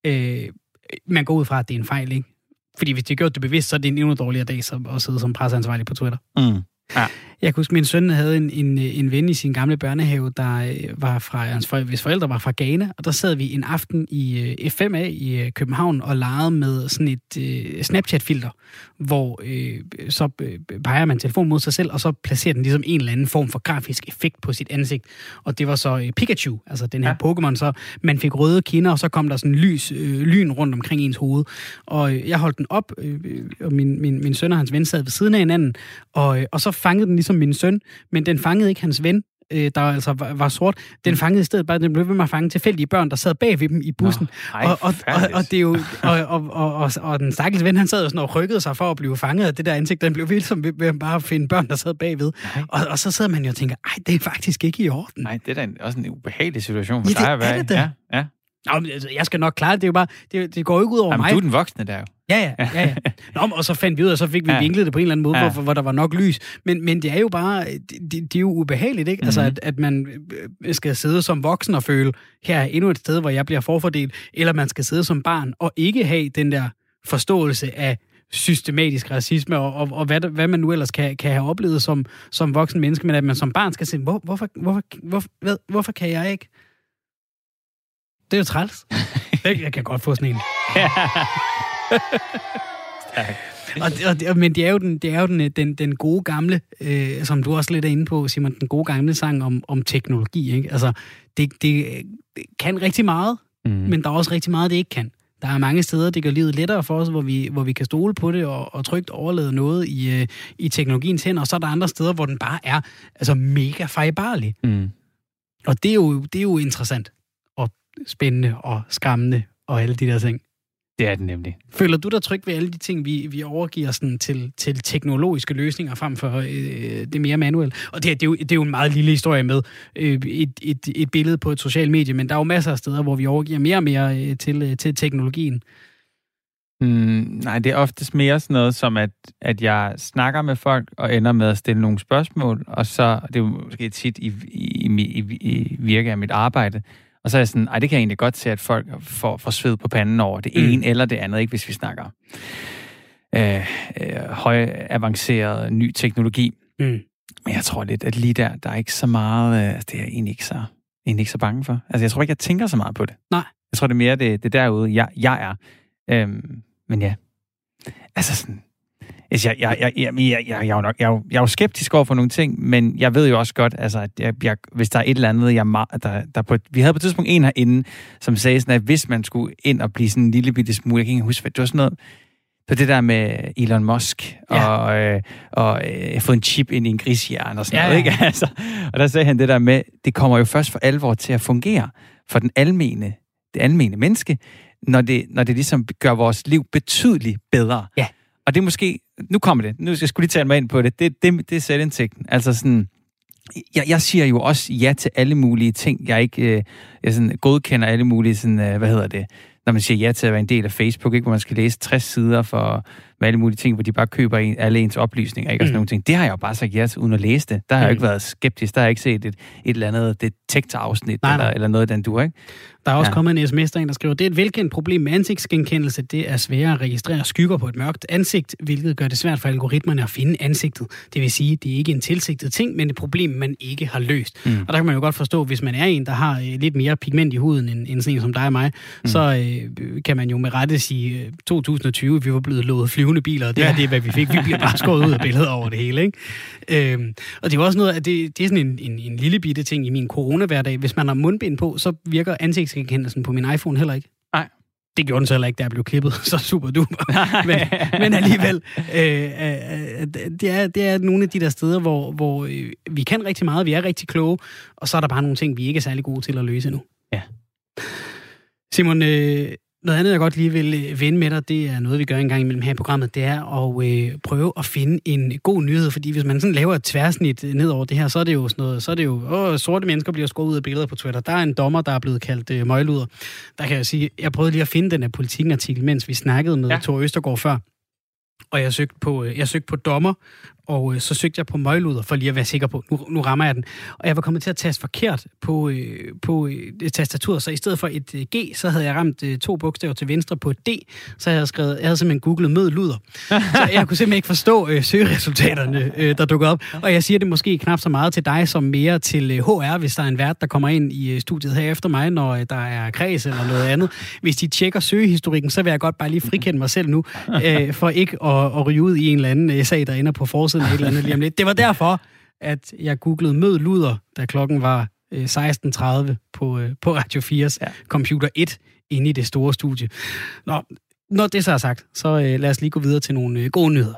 man går ud fra, at det er en fejl, ikke? Fordi hvis de har gjort det bevidst, så er det en endnu dårligere dag at sidde som presseansvarlig på Twitter. Mm. Ja. Jeg kan huske, at min søn havde en ven i sin gamle børnehave, der var hvis forældre var fra Ghana, og der sad vi en aften i F5A i København og legede med sådan et Snapchat-filter, hvor så peger man telefonen mod sig selv, og så placerer den ligesom en eller anden form for grafisk effekt på sit ansigt. Og det var så Pikachu, altså den her Pokémon, så man fik røde kinder, og så kom der sådan lyn rundt omkring ens hoved. Og jeg holdt den op, og min søn og hans ven sad ved siden af hinanden, og så fangede den ligesom min søn, men den fangede ikke hans ven, der altså var sort. Den fangede i stedet bare, den blev ved med at fange tilfældige børn, der sad bag ved dem i bussen. Og det er jo, og den stakkels ven, han sad jo sådan og rykkede sig for at blive fanget af det der ansigt. Den blev vildt som ved bare at finde børn, der sad bagved. Og så sidder man jo og tænker, det er faktisk ikke i orden. Nej, det er da også en ubehagelig situation for dig at være i. Ja. Nå, men, altså, jeg skal nok klare det. Det er jo bare, det går jo ikke ud over mig. Du er den voksne der jo. Ja. Nå, og så fandt vi ud af, og så fik vi vinklet det på en eller anden måde, hvor der var nok lys. Men det er jo bare, det er jo ubehageligt, ikke? Altså, at man skal sidde som voksen og føle, her er endnu et sted, hvor jeg bliver forfordelt, eller man skal sidde som barn og ikke have den der forståelse af systematisk racisme, og hvad man nu ellers kan have oplevet som voksen menneske, men at man som barn skal sige, hvorfor kan jeg ikke? Det er jo træls. Jeg kan godt få sådan en. Men det er jo den gode gamle, som du også lidt er inde på, Simon, den gode gamle sang om teknologi, ikke? Altså, det kan rigtig meget, men der er også rigtig meget, det ikke kan. Der er mange steder, det gør livet lettere for os, hvor vi kan stole på det og trygt overlade noget i teknologiens hænder, og så er der andre steder, hvor den bare er altså mega fejlbarlig. Og det er jo interessant og spændende og skræmmende og alle de der ting. Det er det nemlig. Føler du dig tryg ved alle de ting, vi overgiver sådan til teknologiske løsninger frem for det mere manuelle? Og det er jo en meget lille historie med et billede på et socialt medie, men der er jo masser af steder, hvor vi overgiver mere og mere til teknologien. Nej, det er oftest mere sådan noget som, at jeg snakker med folk og ender med at stille nogle spørgsmål, og så, det er jo måske tit i virke af mit arbejde, og så er jeg sådan, det kan jeg egentlig godt se, at folk får sved på panden over det ene eller det andet, ikke, hvis vi snakker høj avanceret ny teknologi. Men jeg tror lidt, at lige der er ikke så meget, det er jeg egentlig ikke så bange for. Altså, jeg tror ikke, jeg tænker så meget på det. Nej. Jeg tror, det er mere det derude, jeg er. Men ja, altså sådan, jeg er jo skeptisk over for nogle ting, men jeg ved jo også godt, altså, at hvis der er et eller andet, vi havde på et tidspunkt en herinde, som sagde sådan, at hvis man skulle ind og blive sådan en lille bitte smule, jeg kan ikke huske, det var sådan noget, det der med Elon Musk og få en chip ind i en grishjerne og sådan noget, ikke? Altså, og der sagde han det der med, det kommer jo først for alvor til at fungere for det almene menneske, når det ligesom gør vores liv betydeligt bedre. Ja. Og det er måske, nu kommer det, nu skal jeg skulle lige tage mig ind på det, det er selvindsigten. Altså sådan, jeg siger jo også ja til alle mulige ting. Jeg sådan godkender alle mulige, sådan, når man siger ja til at være en del af Facebook, ikke, hvor man skal læse 60 sider for med alle mulige ting, hvor de bare køber alle ens oplysninger, ikke? Og sådan nogle ting. Det har jeg jo bare sagt ja til, uden at læse det. Der har jeg jo ikke været skeptisk. Der har jeg ikke set et eller andet detektorafsnit eller noget den du, ikke? Der er også kommet en sms, der skriver, det er et velkendt problem med ansigtsgenkendelse. Det er sværere at registrere skygger på et mørkt ansigt, hvilket gør det svært for algoritmerne at finde ansigtet. Det vil sige, det er ikke en tilsigtet ting, men et problem, man ikke har løst. Og der kan man jo godt forstå, hvis man er en, der har lidt mere pigment i huden end sådan en som dig og mig, så kan man jo med rette sige, 2020, vi var blevet lovet flyvende biler, og det er hvad vi fik. Vi bliver bare skåret ud af billedet over det hele, ikke? Og det er jo også noget, at det er sådan en lille bitte ting i min corona-hverdag. Hvis man har mundbind på, så virker ansigtsgenkendelsen på min iPhone heller ikke. Nej. Det gjorde den så heller ikke, da jeg blev klippet, så super duper. men alligevel, det er nogle af de der steder, hvor vi kan rigtig meget, vi er rigtig kloge, og så er der bare nogle ting, vi ikke er særlig gode til at løse endnu. Ja. Simon, noget andet, jeg godt lige vil vende med dig, det er noget, vi gør en gang imellem her i programmet, det er at prøve at finde en god nyhed, fordi hvis man sådan laver et tværsnit ned over det her, så er det jo sådan noget, så er det jo, sorte mennesker bliver skåret ud af billeder på Twitter. Der er en dommer, der er blevet kaldt møgluder. Der kan jeg sige, jeg prøvede lige at finde den her Politiken-artikel, mens vi snakkede med Thor Østergaard før, og jeg søgte på dommer, og så søgte jeg på møgluder, for lige at være sikker på, nu rammer jeg den. Og jeg var kommet til at taste forkert på tastaturet, så i stedet for et G, så havde jeg ramt 2 bogstaver til venstre på et D, så jeg havde simpelthen googlet mødluder. Så jeg kunne simpelthen ikke forstå søgeresultaterne, der dukkede op. Og jeg siger det måske knap så meget til dig, som mere til HR, hvis der er en vært, der kommer ind i studiet her efter mig, når der er kreds eller noget andet. Hvis de tjekker søgehistorikken, så vil jeg godt bare lige frikende mig selv nu, for ikke at ryge ud i en eller anden sag, der ender på forsiden af et eller andet lige om lidt. Det var derfor, at jeg googlede mødluder, da klokken var 16:30 på Radio 4's Computer 1 inde i det store studie. Når det så er sagt, så lad os lige gå videre til nogle gode nyheder.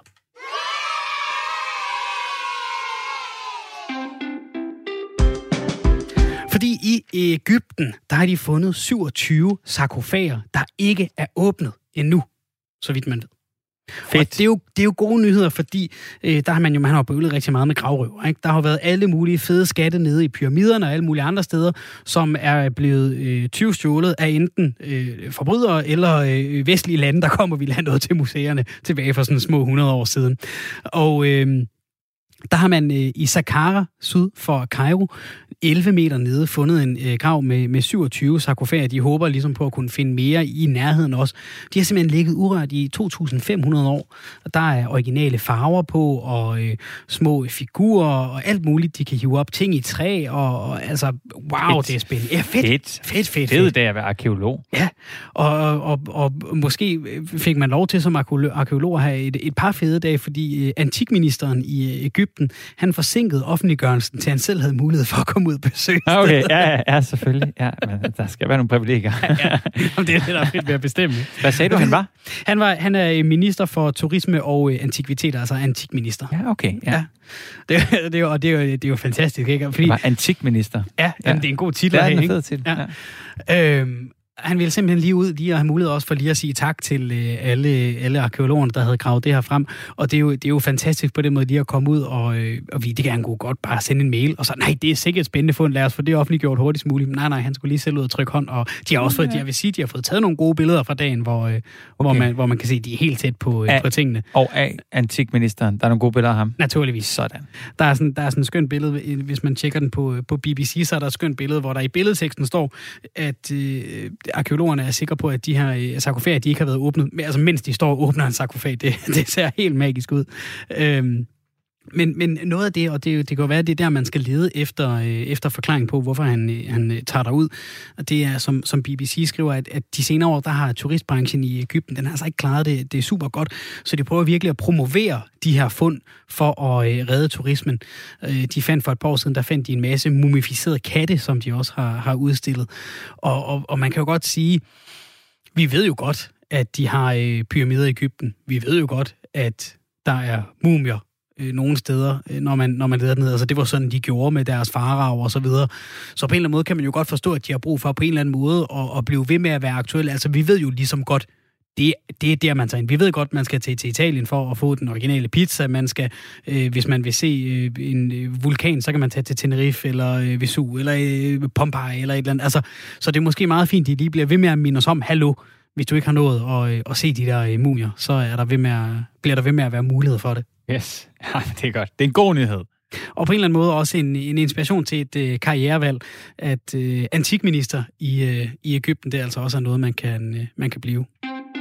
Fordi i Egypten, der har de fundet 27 sarkofager, der ikke er åbnet endnu, så vidt man ved. Fedt. Og det er jo gode nyheder, fordi der har man har bøvlet rigtig meget med gravrøver, ikke? Der har været alle mulige fede skatte nede i pyramiderne og alle mulige andre steder, som er blevet tyvstjålet af enten forbrydere eller vestlige lande, der kommer vi landet til museerne tilbage for sådan små 100 år siden. Og der har man i Saqqara, syd for Kairo, 11 meter nede, fundet en grav med 27 sarkofager. De håber ligesom på at kunne finde mere i nærheden også. De har simpelthen ligget urørt i 2.500 år. Og der er originale farver på, og små figurer, og alt muligt. De kan hive op ting i træ, og altså, wow, det er spændende. Ja, fedt. Fedt. Det er at være arkeolog. Ja, og måske fik man lov til som arkeolog at have et par fede dage, fordi antikministeren i Egypten, han forsinkede offentliggørelsen, til han selv havde mulighed for at komme ud og besøge. Okay, ja, selvfølgelig. Ja, men der skal være nogle privilegier. Ja, det er det, der er fedt ved at bestemme. Hvad sagde du, han var? Han er minister for turisme og antikviteter, altså antikminister. Ja, okay. Ja. Det er jo fantastisk, ikke? Fordi, han var antikminister. Ja, det er en god titel. Det er en fed titel. Ja. Han ville simpelthen lige ud lige at have mulighed også for lige at sige tak til alle arkeologerne, der havde gravet det her frem. Og det er jo fantastisk på den måde lige at komme ud, og det kan han godt bare sende en mail, og så, nej, det er sikkert spændende fund, lad os få det offentliggjort hurtigst muligt. Nej, han skulle lige selv ud og trykke hånd, og de har også fået, de har fået taget nogle gode billeder fra dagen, hvor man kan se, at de er helt tæt på tingene. Og af antikministeren, der er nogle gode billeder af ham? Naturligvis. Sådan. Der er sådan et skønt billede, hvis man tjekker den på BBC, så er der et skønt billede, hvor der i billedteksten står, at arkeologerne er sikre på, at de her sarkofager, de ikke har været åbnet, altså mens de står og åbner en sarkofag. Det ser helt magisk ud. Men noget af det, og det kan jo være, at det er der, man skal lede efter forklaring på, hvorfor han tager derud. Og det er, som BBC skriver, at de senere år, der har turistbranchen i Egypten, den har altså ikke klaret det er super godt. Så de prøver virkelig at promovere de her fund for at redde turismen. De fandt for et par år siden, der fandt de en masse mumificerede katte, som de også har udstillet. Og man kan jo godt sige, vi ved jo godt, at de har pyramider i Egypten. Vi ved jo godt, at der er mumier nogle steder, når man leder ned. Altså, det var sådan, de gjorde med deres faraoer og så videre. Så på en eller anden måde kan man jo godt forstå, at de har brug for på en eller anden måde at blive ved med at være aktuelle. Altså, vi ved jo ligesom godt, det er der, man tager ind. Vi ved godt, man skal til Italien for at få den originale pizza. Man skal, hvis man vil se en vulkan, så kan man tage til Tenerife, eller Vesuv, eller Pompeii, eller et eller andet. Altså, så det er måske meget fint, de lige bliver ved med at minde os om, hallo, hvis du ikke har nået at se de der mumier, så bliver der ved med at være mulighed for det. Yes, ja, det er godt. Det er en god nyhed. Og på en eller anden måde også en inspiration til et karrierevalg, at antikminister i Egypten, det altså også er noget, man kan blive.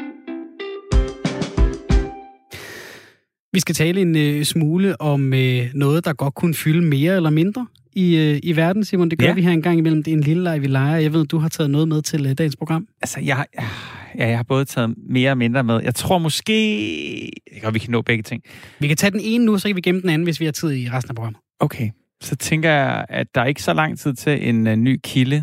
Vi skal tale en smule om noget, der godt kunne fylde mere eller mindre i verden, Simon. Det gør vi her en gang imellem. Det er en lille leg, vi leger. Jeg ved, du har taget noget med til dagens program. Altså, jeg har både taget mere og mindre med. Jeg tror måske... vi kan nå begge ting. Vi kan tage den ene nu, så kan vi gemme den anden, hvis vi har tid i resten af programmet. Okay. Så tænker jeg, at der er ikke så lang tid til en ny kilde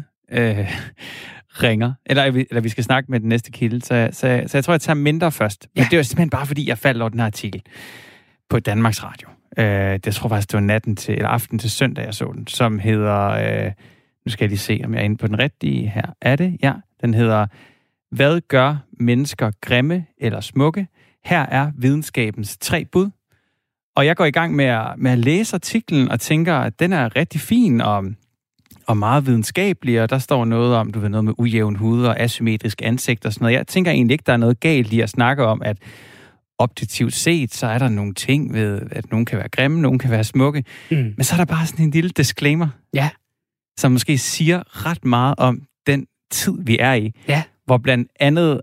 ringer. Eller vi skal snakke med den næste kilde. Så jeg tror, jeg tager mindre først. Men det er jo simpelthen bare, fordi jeg faldt over den her artikel på Danmarks Radio. Det tror faktisk, det var aften til søndag, jeg så den, som hedder... nu skal jeg lige se, om jeg er inde på den rigtige. Her er det. Ja, den hedder... Hvad gør mennesker grimme eller smukke? Her er videnskabens 3 bud. Og jeg går i gang med at læse artiklen og tænker, at den er rigtig fin og meget videnskabelig, og der står noget om, noget med ujævn hud og asymmetrisk ansigt og sådan noget. Jeg tænker egentlig ikke, der er noget galt i at snakke om, at objektivt set, så er der nogle ting ved, at nogen kan være grimme, nogen kan være smukke. Men så er der bare sådan en lille disclaimer, som måske siger ret meget om den tid, vi er i. Ja. Hvor blandt andet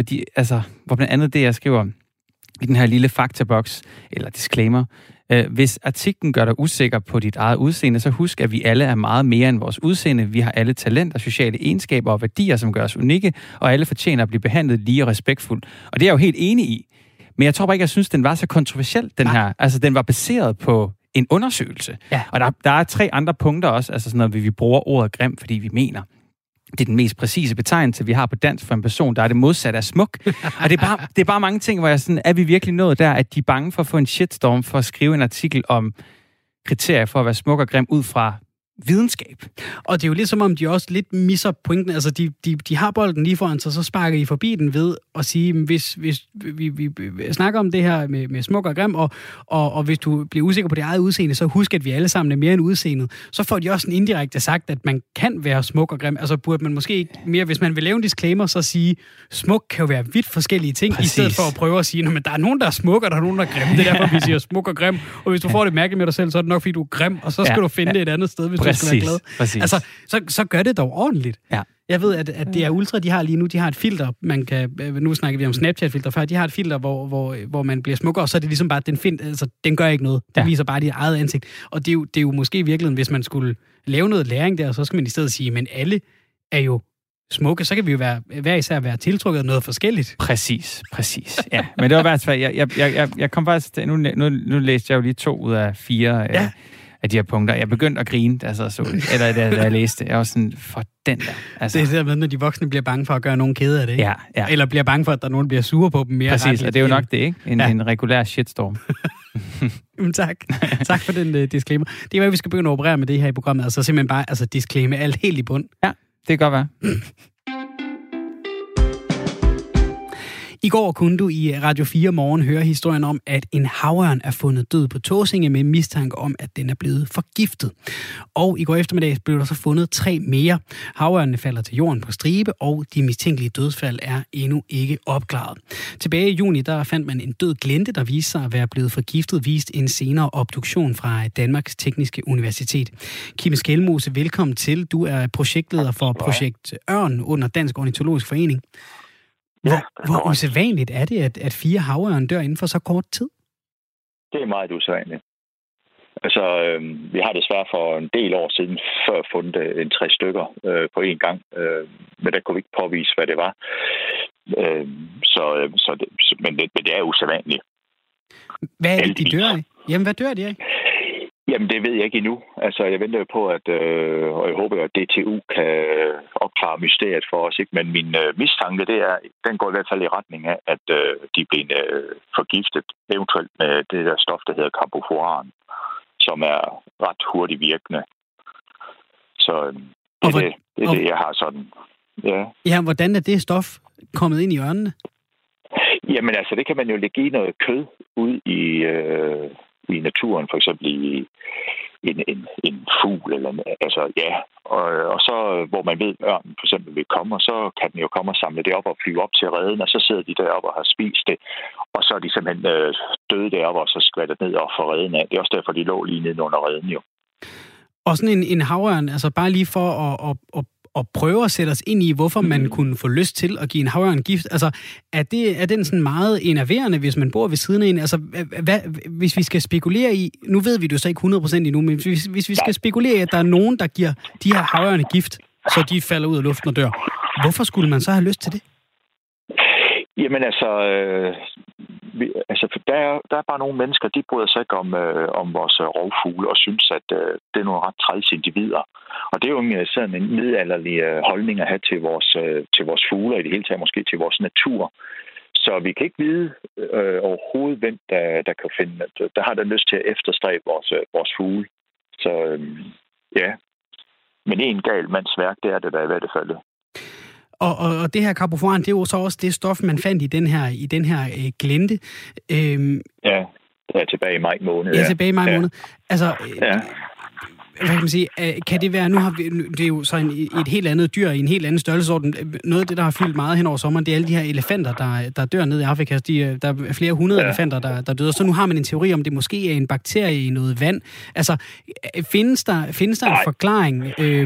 det, jeg skriver i den her lille faktaboks, eller disclaimer, hvis artiklen gør dig usikker på dit eget udseende, så husk, at vi alle er meget mere end vores udseende. Vi har alle talenter, sociale egenskaber og værdier, som gør os unikke, og alle fortjener at blive behandlet lige og respektfuldt. Og det er jeg jo helt enig i. Men jeg tror bare ikke, jeg synes, den var så kontroversiel, den her. Altså, den var baseret på en undersøgelse. Ja. Og der er 3 andre punkter også, altså sådan noget, vi bruger ordet grim, fordi vi mener, det er den mest præcise betegnelse, vi har på dansk for en person, der er det modsatte af smuk. Og det er bare mange ting, hvor jeg sådan, er vi virkelig nået der, at de er bange for at få en shitstorm for at skrive en artikel om kriterier for at være smuk og grim ud fra videnskab. Og det er jo lidt som om, de også lidt misser pointen. Altså, de har bolden lige foran sig, så sparker I forbi den ved at sige, hvis vi snakker om det her med smuk og grim, og hvis du bliver usikker på dit eget udseende, så husk, at vi alle sammen er mere end udseendet. Så får de også en indirekte sagt, at man kan være smuk og grim. Altså, burde man måske ikke mere, hvis man vil lave en disclaimer, så sige, smuk kan jo være vidt forskellige ting, præcis, i stedet for at prøve at sige, men der er nogen, der er smuk, og der er nogen, der er grim. Det er derfor, vi siger smuk og grim. Og hvis du får det mærkeligt med dig selv, så er det nok, fordi du er grim, og så skal du finde det et andet sted, hvis du skal være glad. Præcis. Altså, så gør det dog ordentligt. Ja. Jeg ved, at det er Ultra, de har lige nu, de har et filter, man kan, nu snakker vi om Snapchat-filter før, de har et filter, hvor man bliver smukkere, og så er det ligesom bare, den gør ikke noget. Den viser bare dit eget ansigt. Og det er jo måske i virkeligheden, hvis man skulle lave noget læring der, så skal man i stedet sige, men alle er jo smukke, så kan vi jo hver især være tiltrukket af noget forskelligt. Præcis. Ja, men det var i hvert fald, jeg kom faktisk til, nu læste jeg jo lige 2 ud af 4 af de her punkter. Jeg begyndte at grine, da jeg læste det. Jeg var sådan, for den der. Altså. Det er det med, når de voksne bliver bange for at gøre nogen kede af det, ikke? Ja. Eller bliver bange for, at der er nogen, der bliver sure på dem mere. Præcis, og det er jo nok det, ikke? En regulær shitstorm. Tak. Tak for den disclaimer. Det er, hvad vi skal begynde at operere med det her i programmet. Altså simpelthen bare disclaimer alt helt i bund. Ja, det kan godt være. I går kunne du i Radio 4 Morgen høre historien om, at en havørn er fundet død på Tåsinge med mistanke om, at den er blevet forgiftet. Og i går eftermiddag blev der så fundet 3 mere. Havørnene falder til jorden på stribe, og de mistænkelige dødsfald er endnu ikke opklaret. Tilbage i juni der fandt man en død glente, der viste sig at være blevet forgiftet, vist en senere obduktion fra Danmarks Tekniske Universitet. Kim Skelmose, velkommen til. Du er projektleder for Projekt Ørn under Dansk Ornitologisk Forening. Hvor usædvanligt er det, at 4 havørn dør inden for så kort tid? Det er meget usædvanligt. Altså, vi har desværre for en del år siden før fundet en 3 stykker på én gang, men der kunne vi ikke påvise, hvad det var. Men det er usædvanligt. Hvad er det, de dør af? Jamen, hvad dør de af? Jamen, det ved jeg ikke endnu. Altså, jeg venter jo på, og jeg håber, at DTU kan opklare mysteriet for os, ikke? Men min mistanke, den går i hvert fald i retning af, at de bliver forgiftet, eventuelt med det der stof, der hedder carbofuran, som er ret hurtigt virkende. Så det er det, jeg har sådan. Ja, hvordan er det stof kommet ind i ørnene? Jamen, altså, det kan man jo lægge i noget kød ud i naturen, for eksempel en fugl. Eller, altså, ja. Og så, hvor man ved, at ørnen for eksempel vil komme, og så kan den jo komme og samle det op og flyve op til reden, og så sidder de deroppe og har spist det, og så er de simpelthen døde deroppe, og så skvattet ned og for reden af. Det er også derfor, de lå lige nede under reden jo. Og sådan en havørn, altså bare lige for at prøve at sætte os ind i, hvorfor man kunne få lyst til at give en havørn gift. Altså, er den sådan meget enerverende, hvis man bor ved siden af en? Altså, hvis vi skal spekulere i, nu ved vi det jo så ikke 100% endnu, men hvis vi skal spekulere i, at der er nogen, der giver de her havørne gift, så de falder ud af luften og dør, hvorfor skulle man så have lyst til det? Jamen altså, der er bare nogle mennesker, de bryder sig ikke om vores rovfugle og synes, at det er nogle ret træls individer. Og det er jo sådan en middelalderlig holdning at have til vores fugle, og i det hele taget måske til vores natur. Så vi kan ikke vide overhovedet, hvem der kan finde, der har der lyst til at efterstræbe vores fugle. Så ja, men en gal mands værk, det er det der i hvert fald. Og det her carbofuran, det er jo så også det stof, man fandt i den her glente. Ja, det er tilbage i maj måned. Ja, tilbage i maj måned. Altså, hvad kan man sige, kan det være, nu har vi, det er jo så et helt andet dyr i en helt anden størrelsesorden. Noget af det, der har fyldt meget hen over sommeren, det er alle de her elefanter, der dør ned i Afrika. Der er flere hundrede elefanter, der dør. Så nu har man en teori om, det måske er en bakterie i noget vand. Altså, findes der en forklaring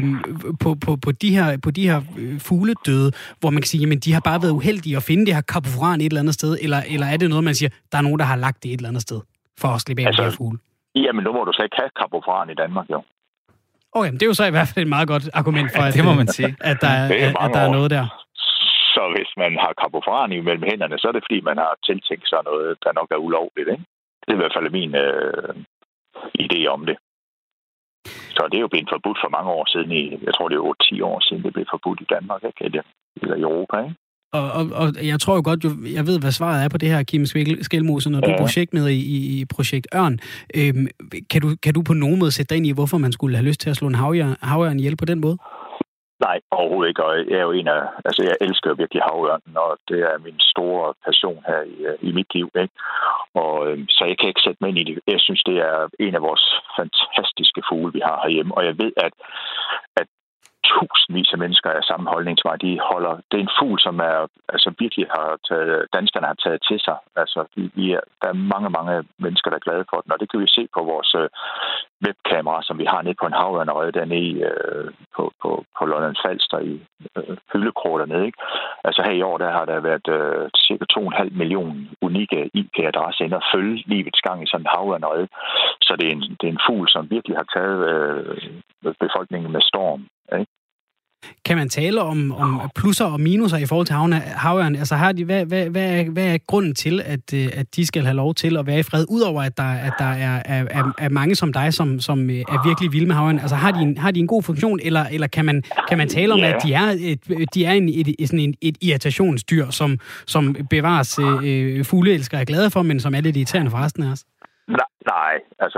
på de her fugledøde, hvor man kan sige, jamen, de har bare været uheldige at finde det her carbofuran et eller andet sted, eller er det noget, man siger, der er nogen, der har lagt det et eller andet sted, for at slippe af de her fugle? Jamen, nu må du så ikke have carbofuran i Danmark, jo. Jamen, det er jo så i hvert fald et meget godt argument for, det må man sige. at der er noget der. Så hvis man har carbofuran imellem hænderne, så er det fordi, man har tiltænkt sig noget, der nok er ulovligt, ikke? Det er i hvert fald min idé om det. Så det er jo blevet forbudt for mange år siden. Jeg tror, det er 8-10 år siden, det blev forbudt i Danmark, ikke? Eller i Europa, ikke? Og jeg tror jo godt, jeg ved, hvad svaret er på det her, Kim Skelmose, når du er projektleder i Projekt Ørn. Kan du på nogen måde sætte dig ind i, hvorfor man skulle have lyst til at slå en havørn ihjel på den måde? Nej, overhovedet ikke. Og jeg er jo jeg elsker virkelig havørnen, og det er min store passion her i mit liv, ikke? Og så jeg kan ikke sætte mig ind i det. Jeg synes, det er en af vores fantastiske fugle, vi har herhjemme. Og jeg ved, at tusindvis af mennesker af samme holdning til mig, det er en fugl, som virkelig danskerne har taget til sig. Altså, der er mange mennesker, der er glade for den, og det kan vi se på vores webkamera, som vi har nede på en havørnerede dernede på Lolland Falster i Hyllekrog dernede, ikke? Altså her i år, der har der været cirka 2,5 millioner unikke IP-adresser ind og følge livets gang i sådan en havørnerede. Så det er en fugl, som virkelig har taget befolkningen med storm, ikke? Kan man tale om plusser og minuser i forhold til havørn? Altså hvad er grunden til, at de skal have lov til at være i fred, udover at der er mange som dig, som er virkelig vilde med havørn? Altså har de en god funktion, eller kan man tale om, at de er et irritationsdyr, som bevares fugleelskere er glade for, men som er lidt irriterende for resten af os? Nej,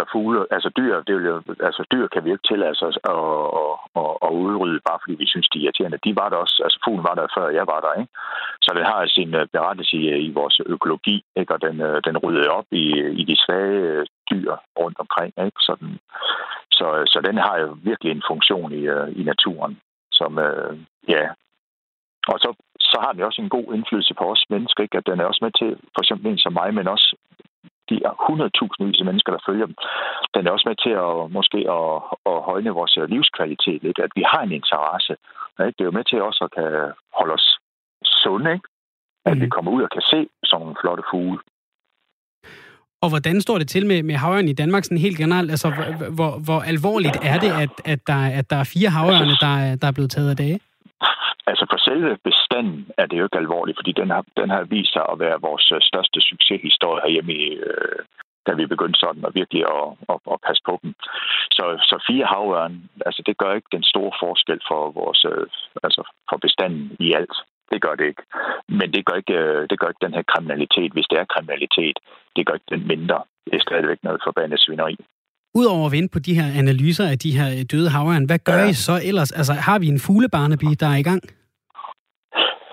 dyr kan vi ikke tillade os at udrydde, bare fordi vi synes, de er irriterende. De var der også, altså fuglen var der før jeg var der, ikke? Så det har sin berettelse i vores økologi, ikke? Og den ryddede op i de svage dyr rundt omkring, ikke? Så den har jo virkelig en funktion i naturen, som Og så har den også en god indflydelse på os mennesker, ikke? At den er også med til, for eksempel en som mig, men også de 100.000 af mennesker, der følger dem. Den er også med til at højne vores livskvalitet lidt, at vi har en interesse. Ikke? Det er jo med til også at kan holde os sunde, ikke? At vi kommer ud og kan se sådan nogle flotte fugle. Og hvordan står det til med havørn i Danmark sådan helt generelt? Altså, hvor alvorligt er det, at der er 4 havørne, der er blevet taget af dage? Altså for selve bestanden er det jo ikke alvorligt, fordi den har vist sig at være vores største succeshistorie herhjemme, da vi begyndte sådan at virkelig at passe på dem. Så 4 havørn, altså det gør ikke den store forskel for vores, for bestanden i alt. Det gør det ikke. Men det gør ikke den her kriminalitet, hvis det er kriminalitet. Det gør ikke den mindre. Det er stadigvæk noget forbandet svineri. Udover at vente på de her analyser af de her døde havørn, hvad gør I så ellers? Altså, har vi en fuglebarnaby, der er i gang? Jeg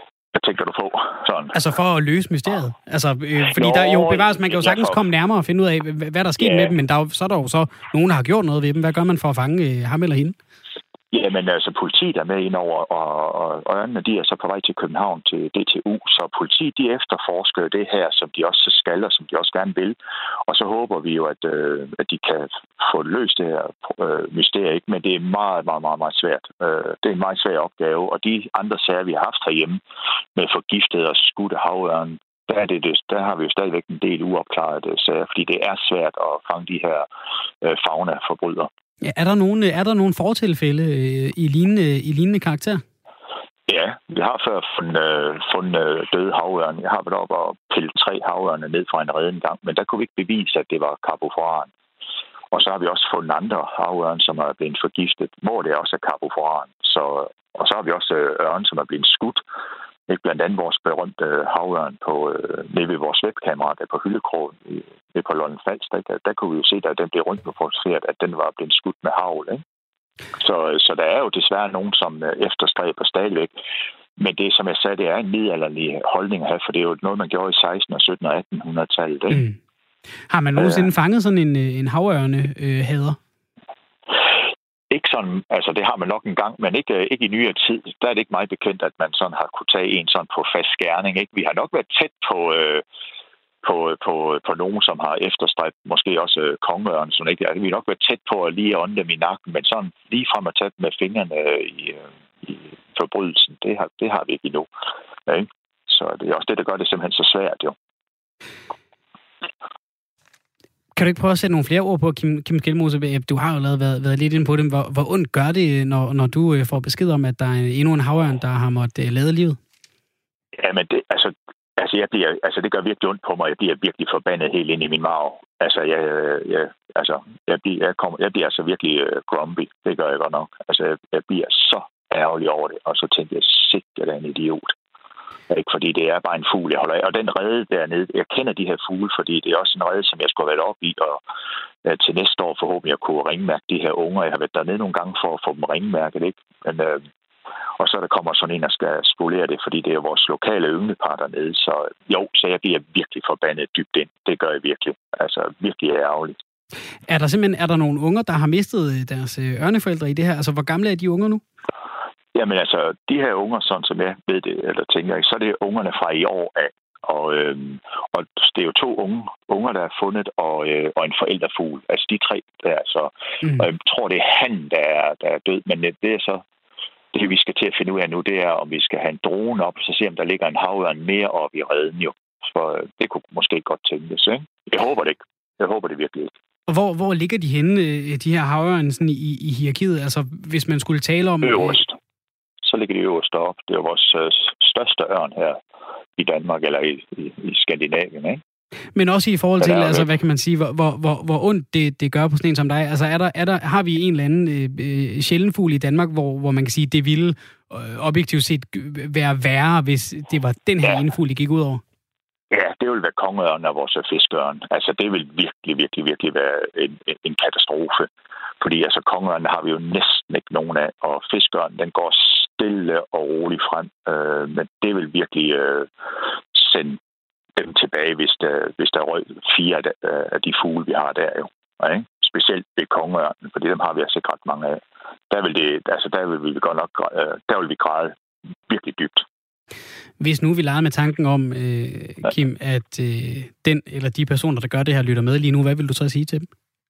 tænker du på? Sådan. Altså for at løse mysteriet? Altså, fordi der jo bevares, man kan jo sagtens komme nærmere og finde ud af, hvad der er sket med dem, men så er der jo så nogen, der har gjort noget ved dem. Hvad gør man for at fange ham eller hende? Jamen altså, politiet er med indover, og øjnene, de er så på vej til København til DTU, så politiet, de efterforsker det her, som de også skal, og som de også gerne vil. Og så håber vi jo, at de kan få løst det her mysterie, ikke? Men det er meget, meget, meget, meget svært. Det er en meget svær opgave, og de andre sager, vi har haft herhjemme med forgiftet og skudte havørn, der har vi jo stadigvæk en del uopklarede sager, fordi det er svært at fange de her fauna-forbrydere. Ja, er der nogen fortilfælde i lignende karakter? Ja, vi har før fundet døde havørn. Jeg har været oppe og pillet 3 havørne ned fra en rede en gang, men der kunne vi ikke bevise, at det var carbofuran. Og så har vi også fundet andre havørn, som er blevet forgiftet, hvor det også er carbofuran. Og så har vi også ørn, som er blevet skudt. Ikke blandt andet vores berømte havørn nede ved vores webkamera, der på Hyldekrogen ved på Lolland Falster. Der kunne vi jo se, at den blev rundt fotograferet, at den var blevet skudt med hagl. Ikke? Så der er jo desværre nogen, som efterstræber stadigvæk. Men det, som jeg sagde, det er en middelalderlig holdning her, for det er jo noget, man gjorde i 1600-, 1700- og 1800-tallet. Ikke? Mm. Har man nogensinde fanget sådan en havørnehader? Ikke sådan, altså det har man nok en gang, men ikke i nyere tid. Der er det ikke meget bekendt, at man sådan har kunne tage en sådan på fast skærning. Ikke? Vi har nok været tæt på nogen, som har efterstræbt, måske også kongeørn, sådan ikke. Altså, vi har nok været tæt på at lige ånde dem i nakken, men sådan lige frem og tæt med fingrene i forbrydelsen, det har vi ikke endnu. Ja, ikke? Så det er også det, der gør det simpelthen så svært, jo. Kan du ikke prøve at sætte nogle flere ord på, Kim Skelmose? Du har jo været lidt inde på dem. Hvor ondt gør det, når du får besked om, at der er endnu en havørn, der har måttet lade livet? Ja, men det gør virkelig ondt på mig. Jeg bliver virkelig forbandet helt ind i min marv. Altså, jeg bliver altså virkelig grumpy. Det gør jeg godt nok. Altså, jeg bliver så ærgerlig over det. Og så tænker jeg, sikkert er en idiot. Ikke, fordi det er bare en fugl, jeg holder af. Og den rede dernede, jeg kender de her fugle, fordi det er også en rede, som jeg skulle have været op i, og til næste år forhåbentlig at kunne ringmærke de her unger. Jeg har været dernede nogle gange for at få dem ringmærket, ikke? Men, og så der kommer sådan en, der skal spolere det, fordi det er vores lokale ynglepar dernede. Så jeg bliver virkelig forbandet dybt ind. Det gør jeg virkelig. Altså virkelig ærgerligt. Er der nogle unger, der har mistet deres ørneforældre i det her? Altså, hvor gamle er de unger nu? Jamen altså, de her unger, sådan som jeg ved det, eller tænker jeg, så er det ungerne fra i år af. Og det er jo 2 unger, der er fundet, og en forældrefugl. Altså de 3 der. Og jeg tror, det er han, der er død. Men det er så det, vi skal til at finde ud af nu, det er, om vi skal have en drone op, så se, om der ligger en havørn mere op i reden jo. Så det kunne måske godt tænkes, ikke? Jeg håber det ikke. Jeg håber det virkelig ikke. Og hvor ligger de henne, de her havørn, sådan i hierarkiet? Altså, hvis man skulle tale om... Øverst. Så ligger de øverst deroppe. Det er jo vores største ørn her i Danmark, eller i Skandinavien, ikke? Men også i forhold til, altså, hvad kan man sige, hvor ondt det gør på sådan en som dig? Altså, har vi en eller anden sjælden fugl i Danmark, hvor man kan sige, det ville objektivt set være værre, hvis det var den her ene fugl, det gik ud over? Ja, det vil være kongeørn af vores fiskeørn. Altså, det vil virkelig, virkelig, virkelig være en katastrofe. Fordi altså, kongeørn har vi jo næsten ikke nogen af, og fiskeørn, den går stille og roligt frem. Men det vil virkelig sende dem tilbage, hvis der røg 4 af de fugle, vi har der jo. Ikke? Specielt ved kongeørnen, fordi dem har vi altså ikke ret mange af. Der vil vi græde virkelig dybt. Hvis nu vi leger med tanken om, Kim, at den eller de personer, der gør det her, lytter med lige nu, hvad vil du så sige til dem?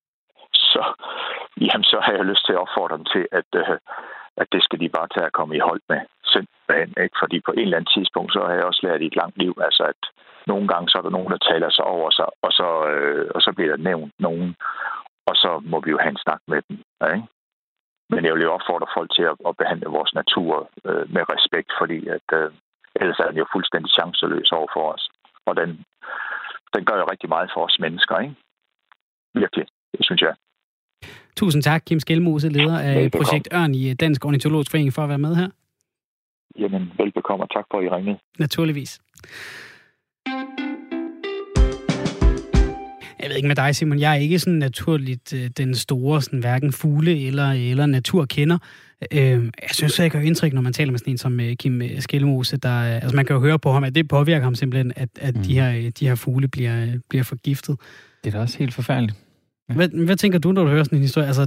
Så har jeg lyst til at opfordre dem til, at det skal de bare tage at komme i hold med simpelthen. Ikke? Fordi på en eller anden tidspunkt, så har jeg også lært i et langt liv, altså at nogle gange så er der nogen, der taler sig over sig, og så bliver der nævnt nogen, og så må vi jo have en snak med dem. Ikke? Men jeg vil jo opfordre folk til at behandle vores natur med respekt, fordi at ellers er den jo fuldstændig chanceløs over for os. Og den gør jo rigtig meget for os mennesker, ikke? Virkelig, det synes jeg. Tusind tak, Kim Skelmose, leder af Projekt Ørn i Dansk Ornitologisk Forening, for at være med her. Jamen, velbekomme, og tak for, at I ringede. Naturligvis. ved ikke med dig, Simon. Jeg er ikke sådan naturligt den store, sådan, hverken fugle eller naturkender. Jeg synes, jeg gør indtryk, når man taler med sådan en som Kim Skelmose. Altså man kan jo høre på ham, at det påvirker ham simpelthen, at de her fugle bliver forgiftet. Det er da også helt forfærdeligt. Ja. Hvad tænker du, når du hører sådan en historie? Altså,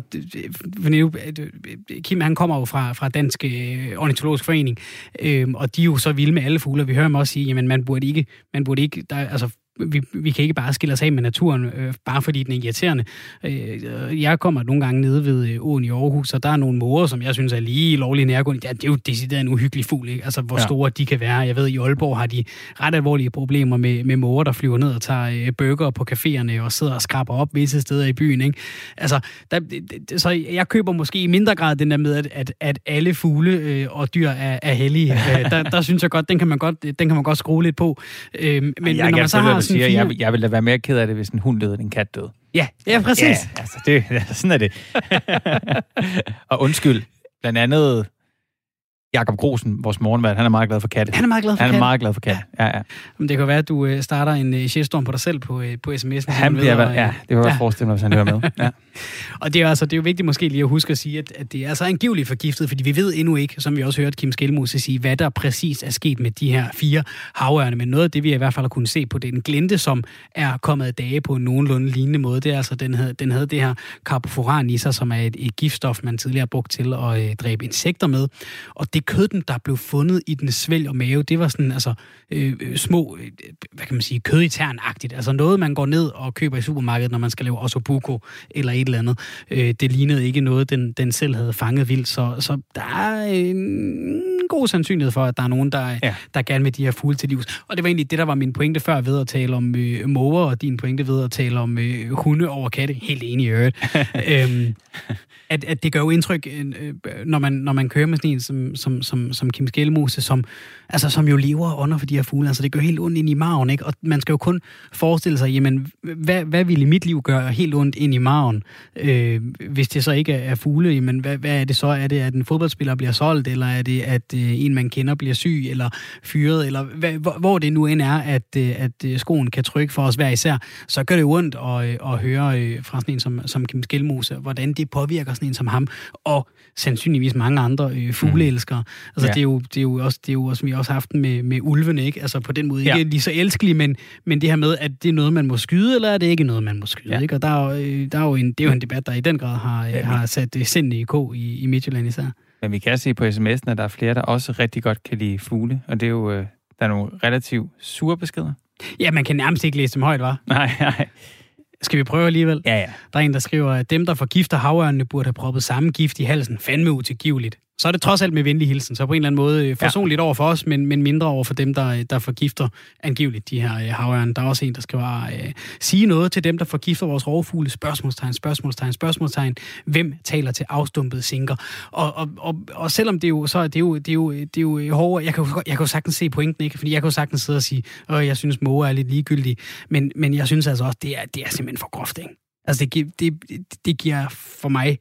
Kim, han kommer jo fra Dansk Ornitologisk Forening, og de er jo så vilde med alle fugle. Vi hører ham også sige, jamen man burde ikke vi kan ikke bare skille os af med naturen, bare fordi den er irriterende. Jeg kommer nogle gange nede ved åen i Aarhus, og der er nogle måger, som jeg synes er lige lovligt nærgående. Ja, det er jo decideret en uhyggelig fugl, ikke? Altså, hvor store de kan være. Jeg ved, i Aalborg har de ret alvorlige problemer med måger, der flyver ned og tager burger på caféerne og sidder og skraber op visse steder i byen, ikke? Altså, så jeg køber måske i mindre grad den der med, at alle fugle og dyr er hellige. Der synes jeg godt, den kan man godt skrue lidt på. Men når man så har jeg ville da være mere ked af det, hvis en hund døde, end en kat døde. Ja, præcis. Ja, altså sådan er det. Og undskyld, blandt andet Jakob Grosen, vores morgenvært, han er meget glad for katte. Han er meget glad for katte. Ja. Men det kan være, at du starter en shitstorm på dig selv på sms'en. Han bliver det var jeg forestille mig, hvis han hører med. Ja. Og det er jo vigtigt måske lige at huske at sige, at det er altså angiveligt forgiftet, fordi vi ved endnu ikke, som vi også hørte Kim Skelmose sige, hvad der præcis er sket med de her 4 havørne. Men noget af det, vi i hvert fald har kunnet se på, det er en glente, som er kommet af dage på en nogenlunde lignende måde. Det er altså, den havde det her carbofuran i sig, som er et giftstof, man tidligere har brugt til at dræbe insekter med. Og det kød, der blev fundet i den svælg og mave, det var sådan små, hvad kan man sige, kød i tern-agtigt. Altså noget, man går ned og køber i supermarkedet, når man skal lave ossobuco eller et eller andet. Det lignede ikke noget, den selv havde fanget vildt. Så der er en god sandsynlighed for, at der er nogen, der gerne vil de her fugle til livs. Og det var egentlig det, der var min pointe før ved at tale om måger, og din pointe ved at tale om hunde over katte. Helt enig i øvrigt. At det gør jo indtryk, når man kører med sådan en som Kim Skelmose, som jo lever og ånder for de her fugle. Altså det gør helt ondt ind i maven, ikke? Og man skal jo kun forestille sig, jamen, hvad ville mit liv gøre helt ondt ind i maven, hvis det så ikke er fugle? Jamen, hvad er det så? Er det, at en fodboldspiller bliver solgt, eller er det, at en, man kender, bliver syg, eller fyret, eller hvor det nu end er, at skoen kan trykke for os hver især, så gør det ondt at høre fra sådan en som Kim Skelmose, hvordan det påvirker sådan en som ham, og sandsynligvis mange andre fugleelskere. Altså, det er jo også, vi har også haft med ulvene, ikke? Altså, på den måde ikke lige så elskelige, men det her med, at det er noget, man må skyde, eller er det ikke noget, man må skyde, ikke? Og det er jo en debat, der i den grad har sat sindene i kog i Midtjylland især. Men vi kan se på sms'en, at der er flere, der også rigtig godt kan lide fugle, og det er jo, der er nogle relativt sure beskeder. Ja, man kan nærmest ikke læse dem højt, hva'? Nej. Skal vi prøve alligevel? Ja. Der er en, der skriver, at dem, der forgifter havørnene, burde have proppet samme gift i halsen. Fandme utilgiveligt. Så er det trods alt med venlig hilsen. Så på en eller anden måde forsonligt over for os, men mindre over for dem, der forgifter angiveligt de her havørne. Der er også en, der skriver, sige noget til dem, der forgifter vores rovfugle. Spørgsmålstegn. Hvem taler til afstumpede sinker? Og selvom det er jo hårdt, jeg kan jo sagtens se pointen, ikke? Fordi jeg kan jo sagtens sidde og sige, jeg synes, måger er lidt ligegyldige. Men jeg synes altså også, det er simpelthen for groft, ikke? Altså, det giver for mig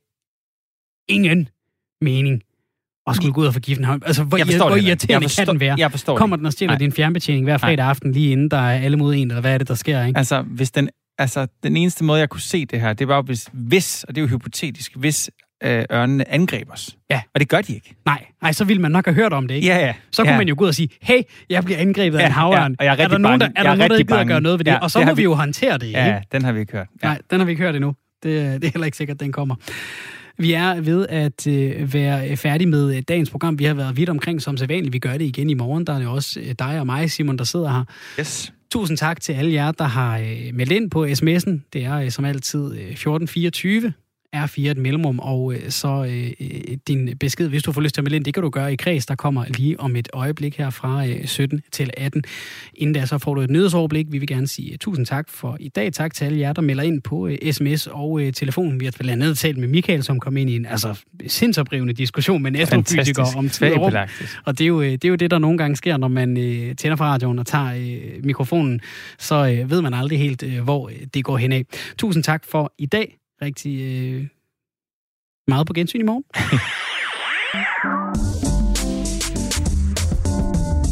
ingen mening og skulle gå ud og forgifte en havørn. Altså, hvor irriterende kan den være? Kommer den og stjæler din fjernbetjening hver fredag aften, lige inden der er alle mod en, eller hvad er det, der sker, ikke? Altså, den eneste måde, jeg kunne se det her, det var hvis, og det er jo hypotetisk, hvis ørnene angreb os. Ja. Og det gør de ikke. Nej, så ville man nok have hørt om det, ikke? Ja. Så kunne man jo gå ud og sige, hey, jeg bliver angrebet af en havørn. Og jeg er der nogen, der ikke gider gøre noget ved det? Og så må vi jo håndtere det, ikke? Ja, den har vi ikke hørt. Ja. Nej, den har vi ikke hørt endnu. Det er heller ikke sikkert, den kommer. Vi er ved at være færdige med dagens program. Vi har været vidt omkring som sædvanligt. Vi gør det igen i morgen. Der er det også dig og mig, Simon, der sidder her. Yes. Tusind tak til alle jer, der har meldt ind på sms'en. Det er som altid 1424. R4 et mellemrum, og så din besked, hvis du får lyst til at melde ind, det kan du gøre i kreds, der kommer lige om et øjeblik her fra 17 til 18. Inden da, så får du et nyhedsoverblik. Vi vil gerne sige tusind tak for i dag. Tak til alle jer, der melder ind på sms og telefonen. Vi har blandt andet talt med Michael, som kom ind i en sindsoprivende diskussion med en astrofysiker om tid og rum. Og det er jo det, der nogle gange sker, når man tænder for radioen og tager mikrofonen. Så ved man aldrig helt, hvor det går hen af. Tusind tak for i dag. Rigtig meget på gensyn i morgen.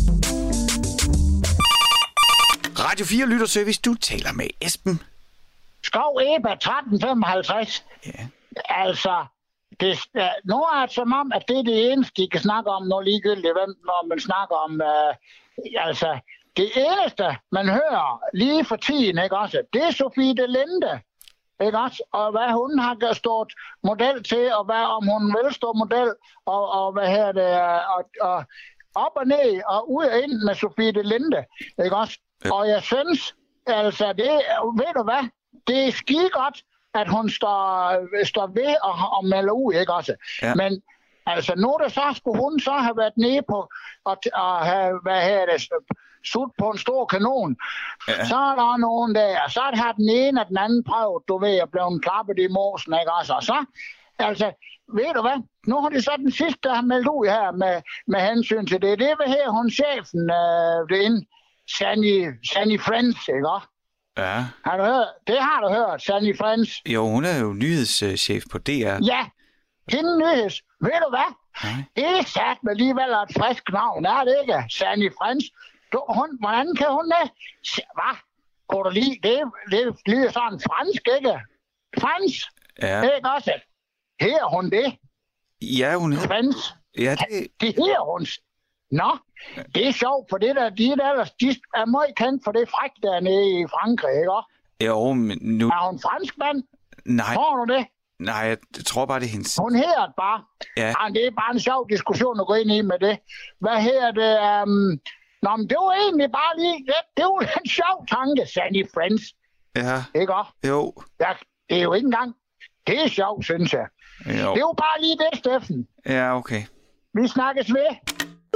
Radio 4 Lytterservice, du taler med Esben. Skov Eba 1355. Ja. Altså, nu er det som om, at det er det eneste, de kan snakke om, ligegyldigt, når man snakker om, altså, det eneste, man hører lige for tiden, ikke også, det er Sofie Delende, ikke også, og hvad hun har stået model til, og om hun vil stå model, og hvad her det og op og ned, og ud og ind med Sofie Delende, ikke også, og jeg synes, altså, ved du hvad, det er skide godt, at hun står ved og melder ud, ikke også? Ja. Men altså, nu der så skulle hun så have været nede på og have, sudt på en stor kanon. Ja. Så er der nogen der, så har den ene og den anden prøvet, du ved, at blive klappet i mosen, ikke også? Og så, altså, ved du hvad? Nu har de så den sidste, der har meldt ud her med hensyn til det. Det er her, hun chefen derinde, Sandy Friends, ikke også? Ja. Har du hørt? Det har du hørt, Sandy Friends. Jo, hun er jo nyhedschef på DR. Ja, hende nyheds. Ved du hvad? Det er sat med alligevel et frisk navn, er det ikke? Sandy Friends. Hvordan kan hun det? Hvad? Kunne du lide? Det lyder sådan fransk, ikke? Frans? Ja. Ikke også? Her hun det? Ja, hun hedder... Frans? Ja, det her hun. Nå, det er sjovt, for det der, de er meget kendt for det fræk dernede i Frankrig, ikke? Jo, men nu... Er hun franskmand? Nej. Tror du det? Nej, jeg tror bare, det er hendes... Hun hedder det bare. Ja. Det er bare en sjov diskussion at gå ind i med det. Hvad hedder det? Nå, men det var egentlig bare lige... Det var en sjov tanke, Sandy Friends. Ja. Ikke også? Jo. Ja, det er jo ikke engang... Det er sjovt, synes jeg. Jo. Det var bare lige det, Steffen. Ja, okay. Vi snakkes ved.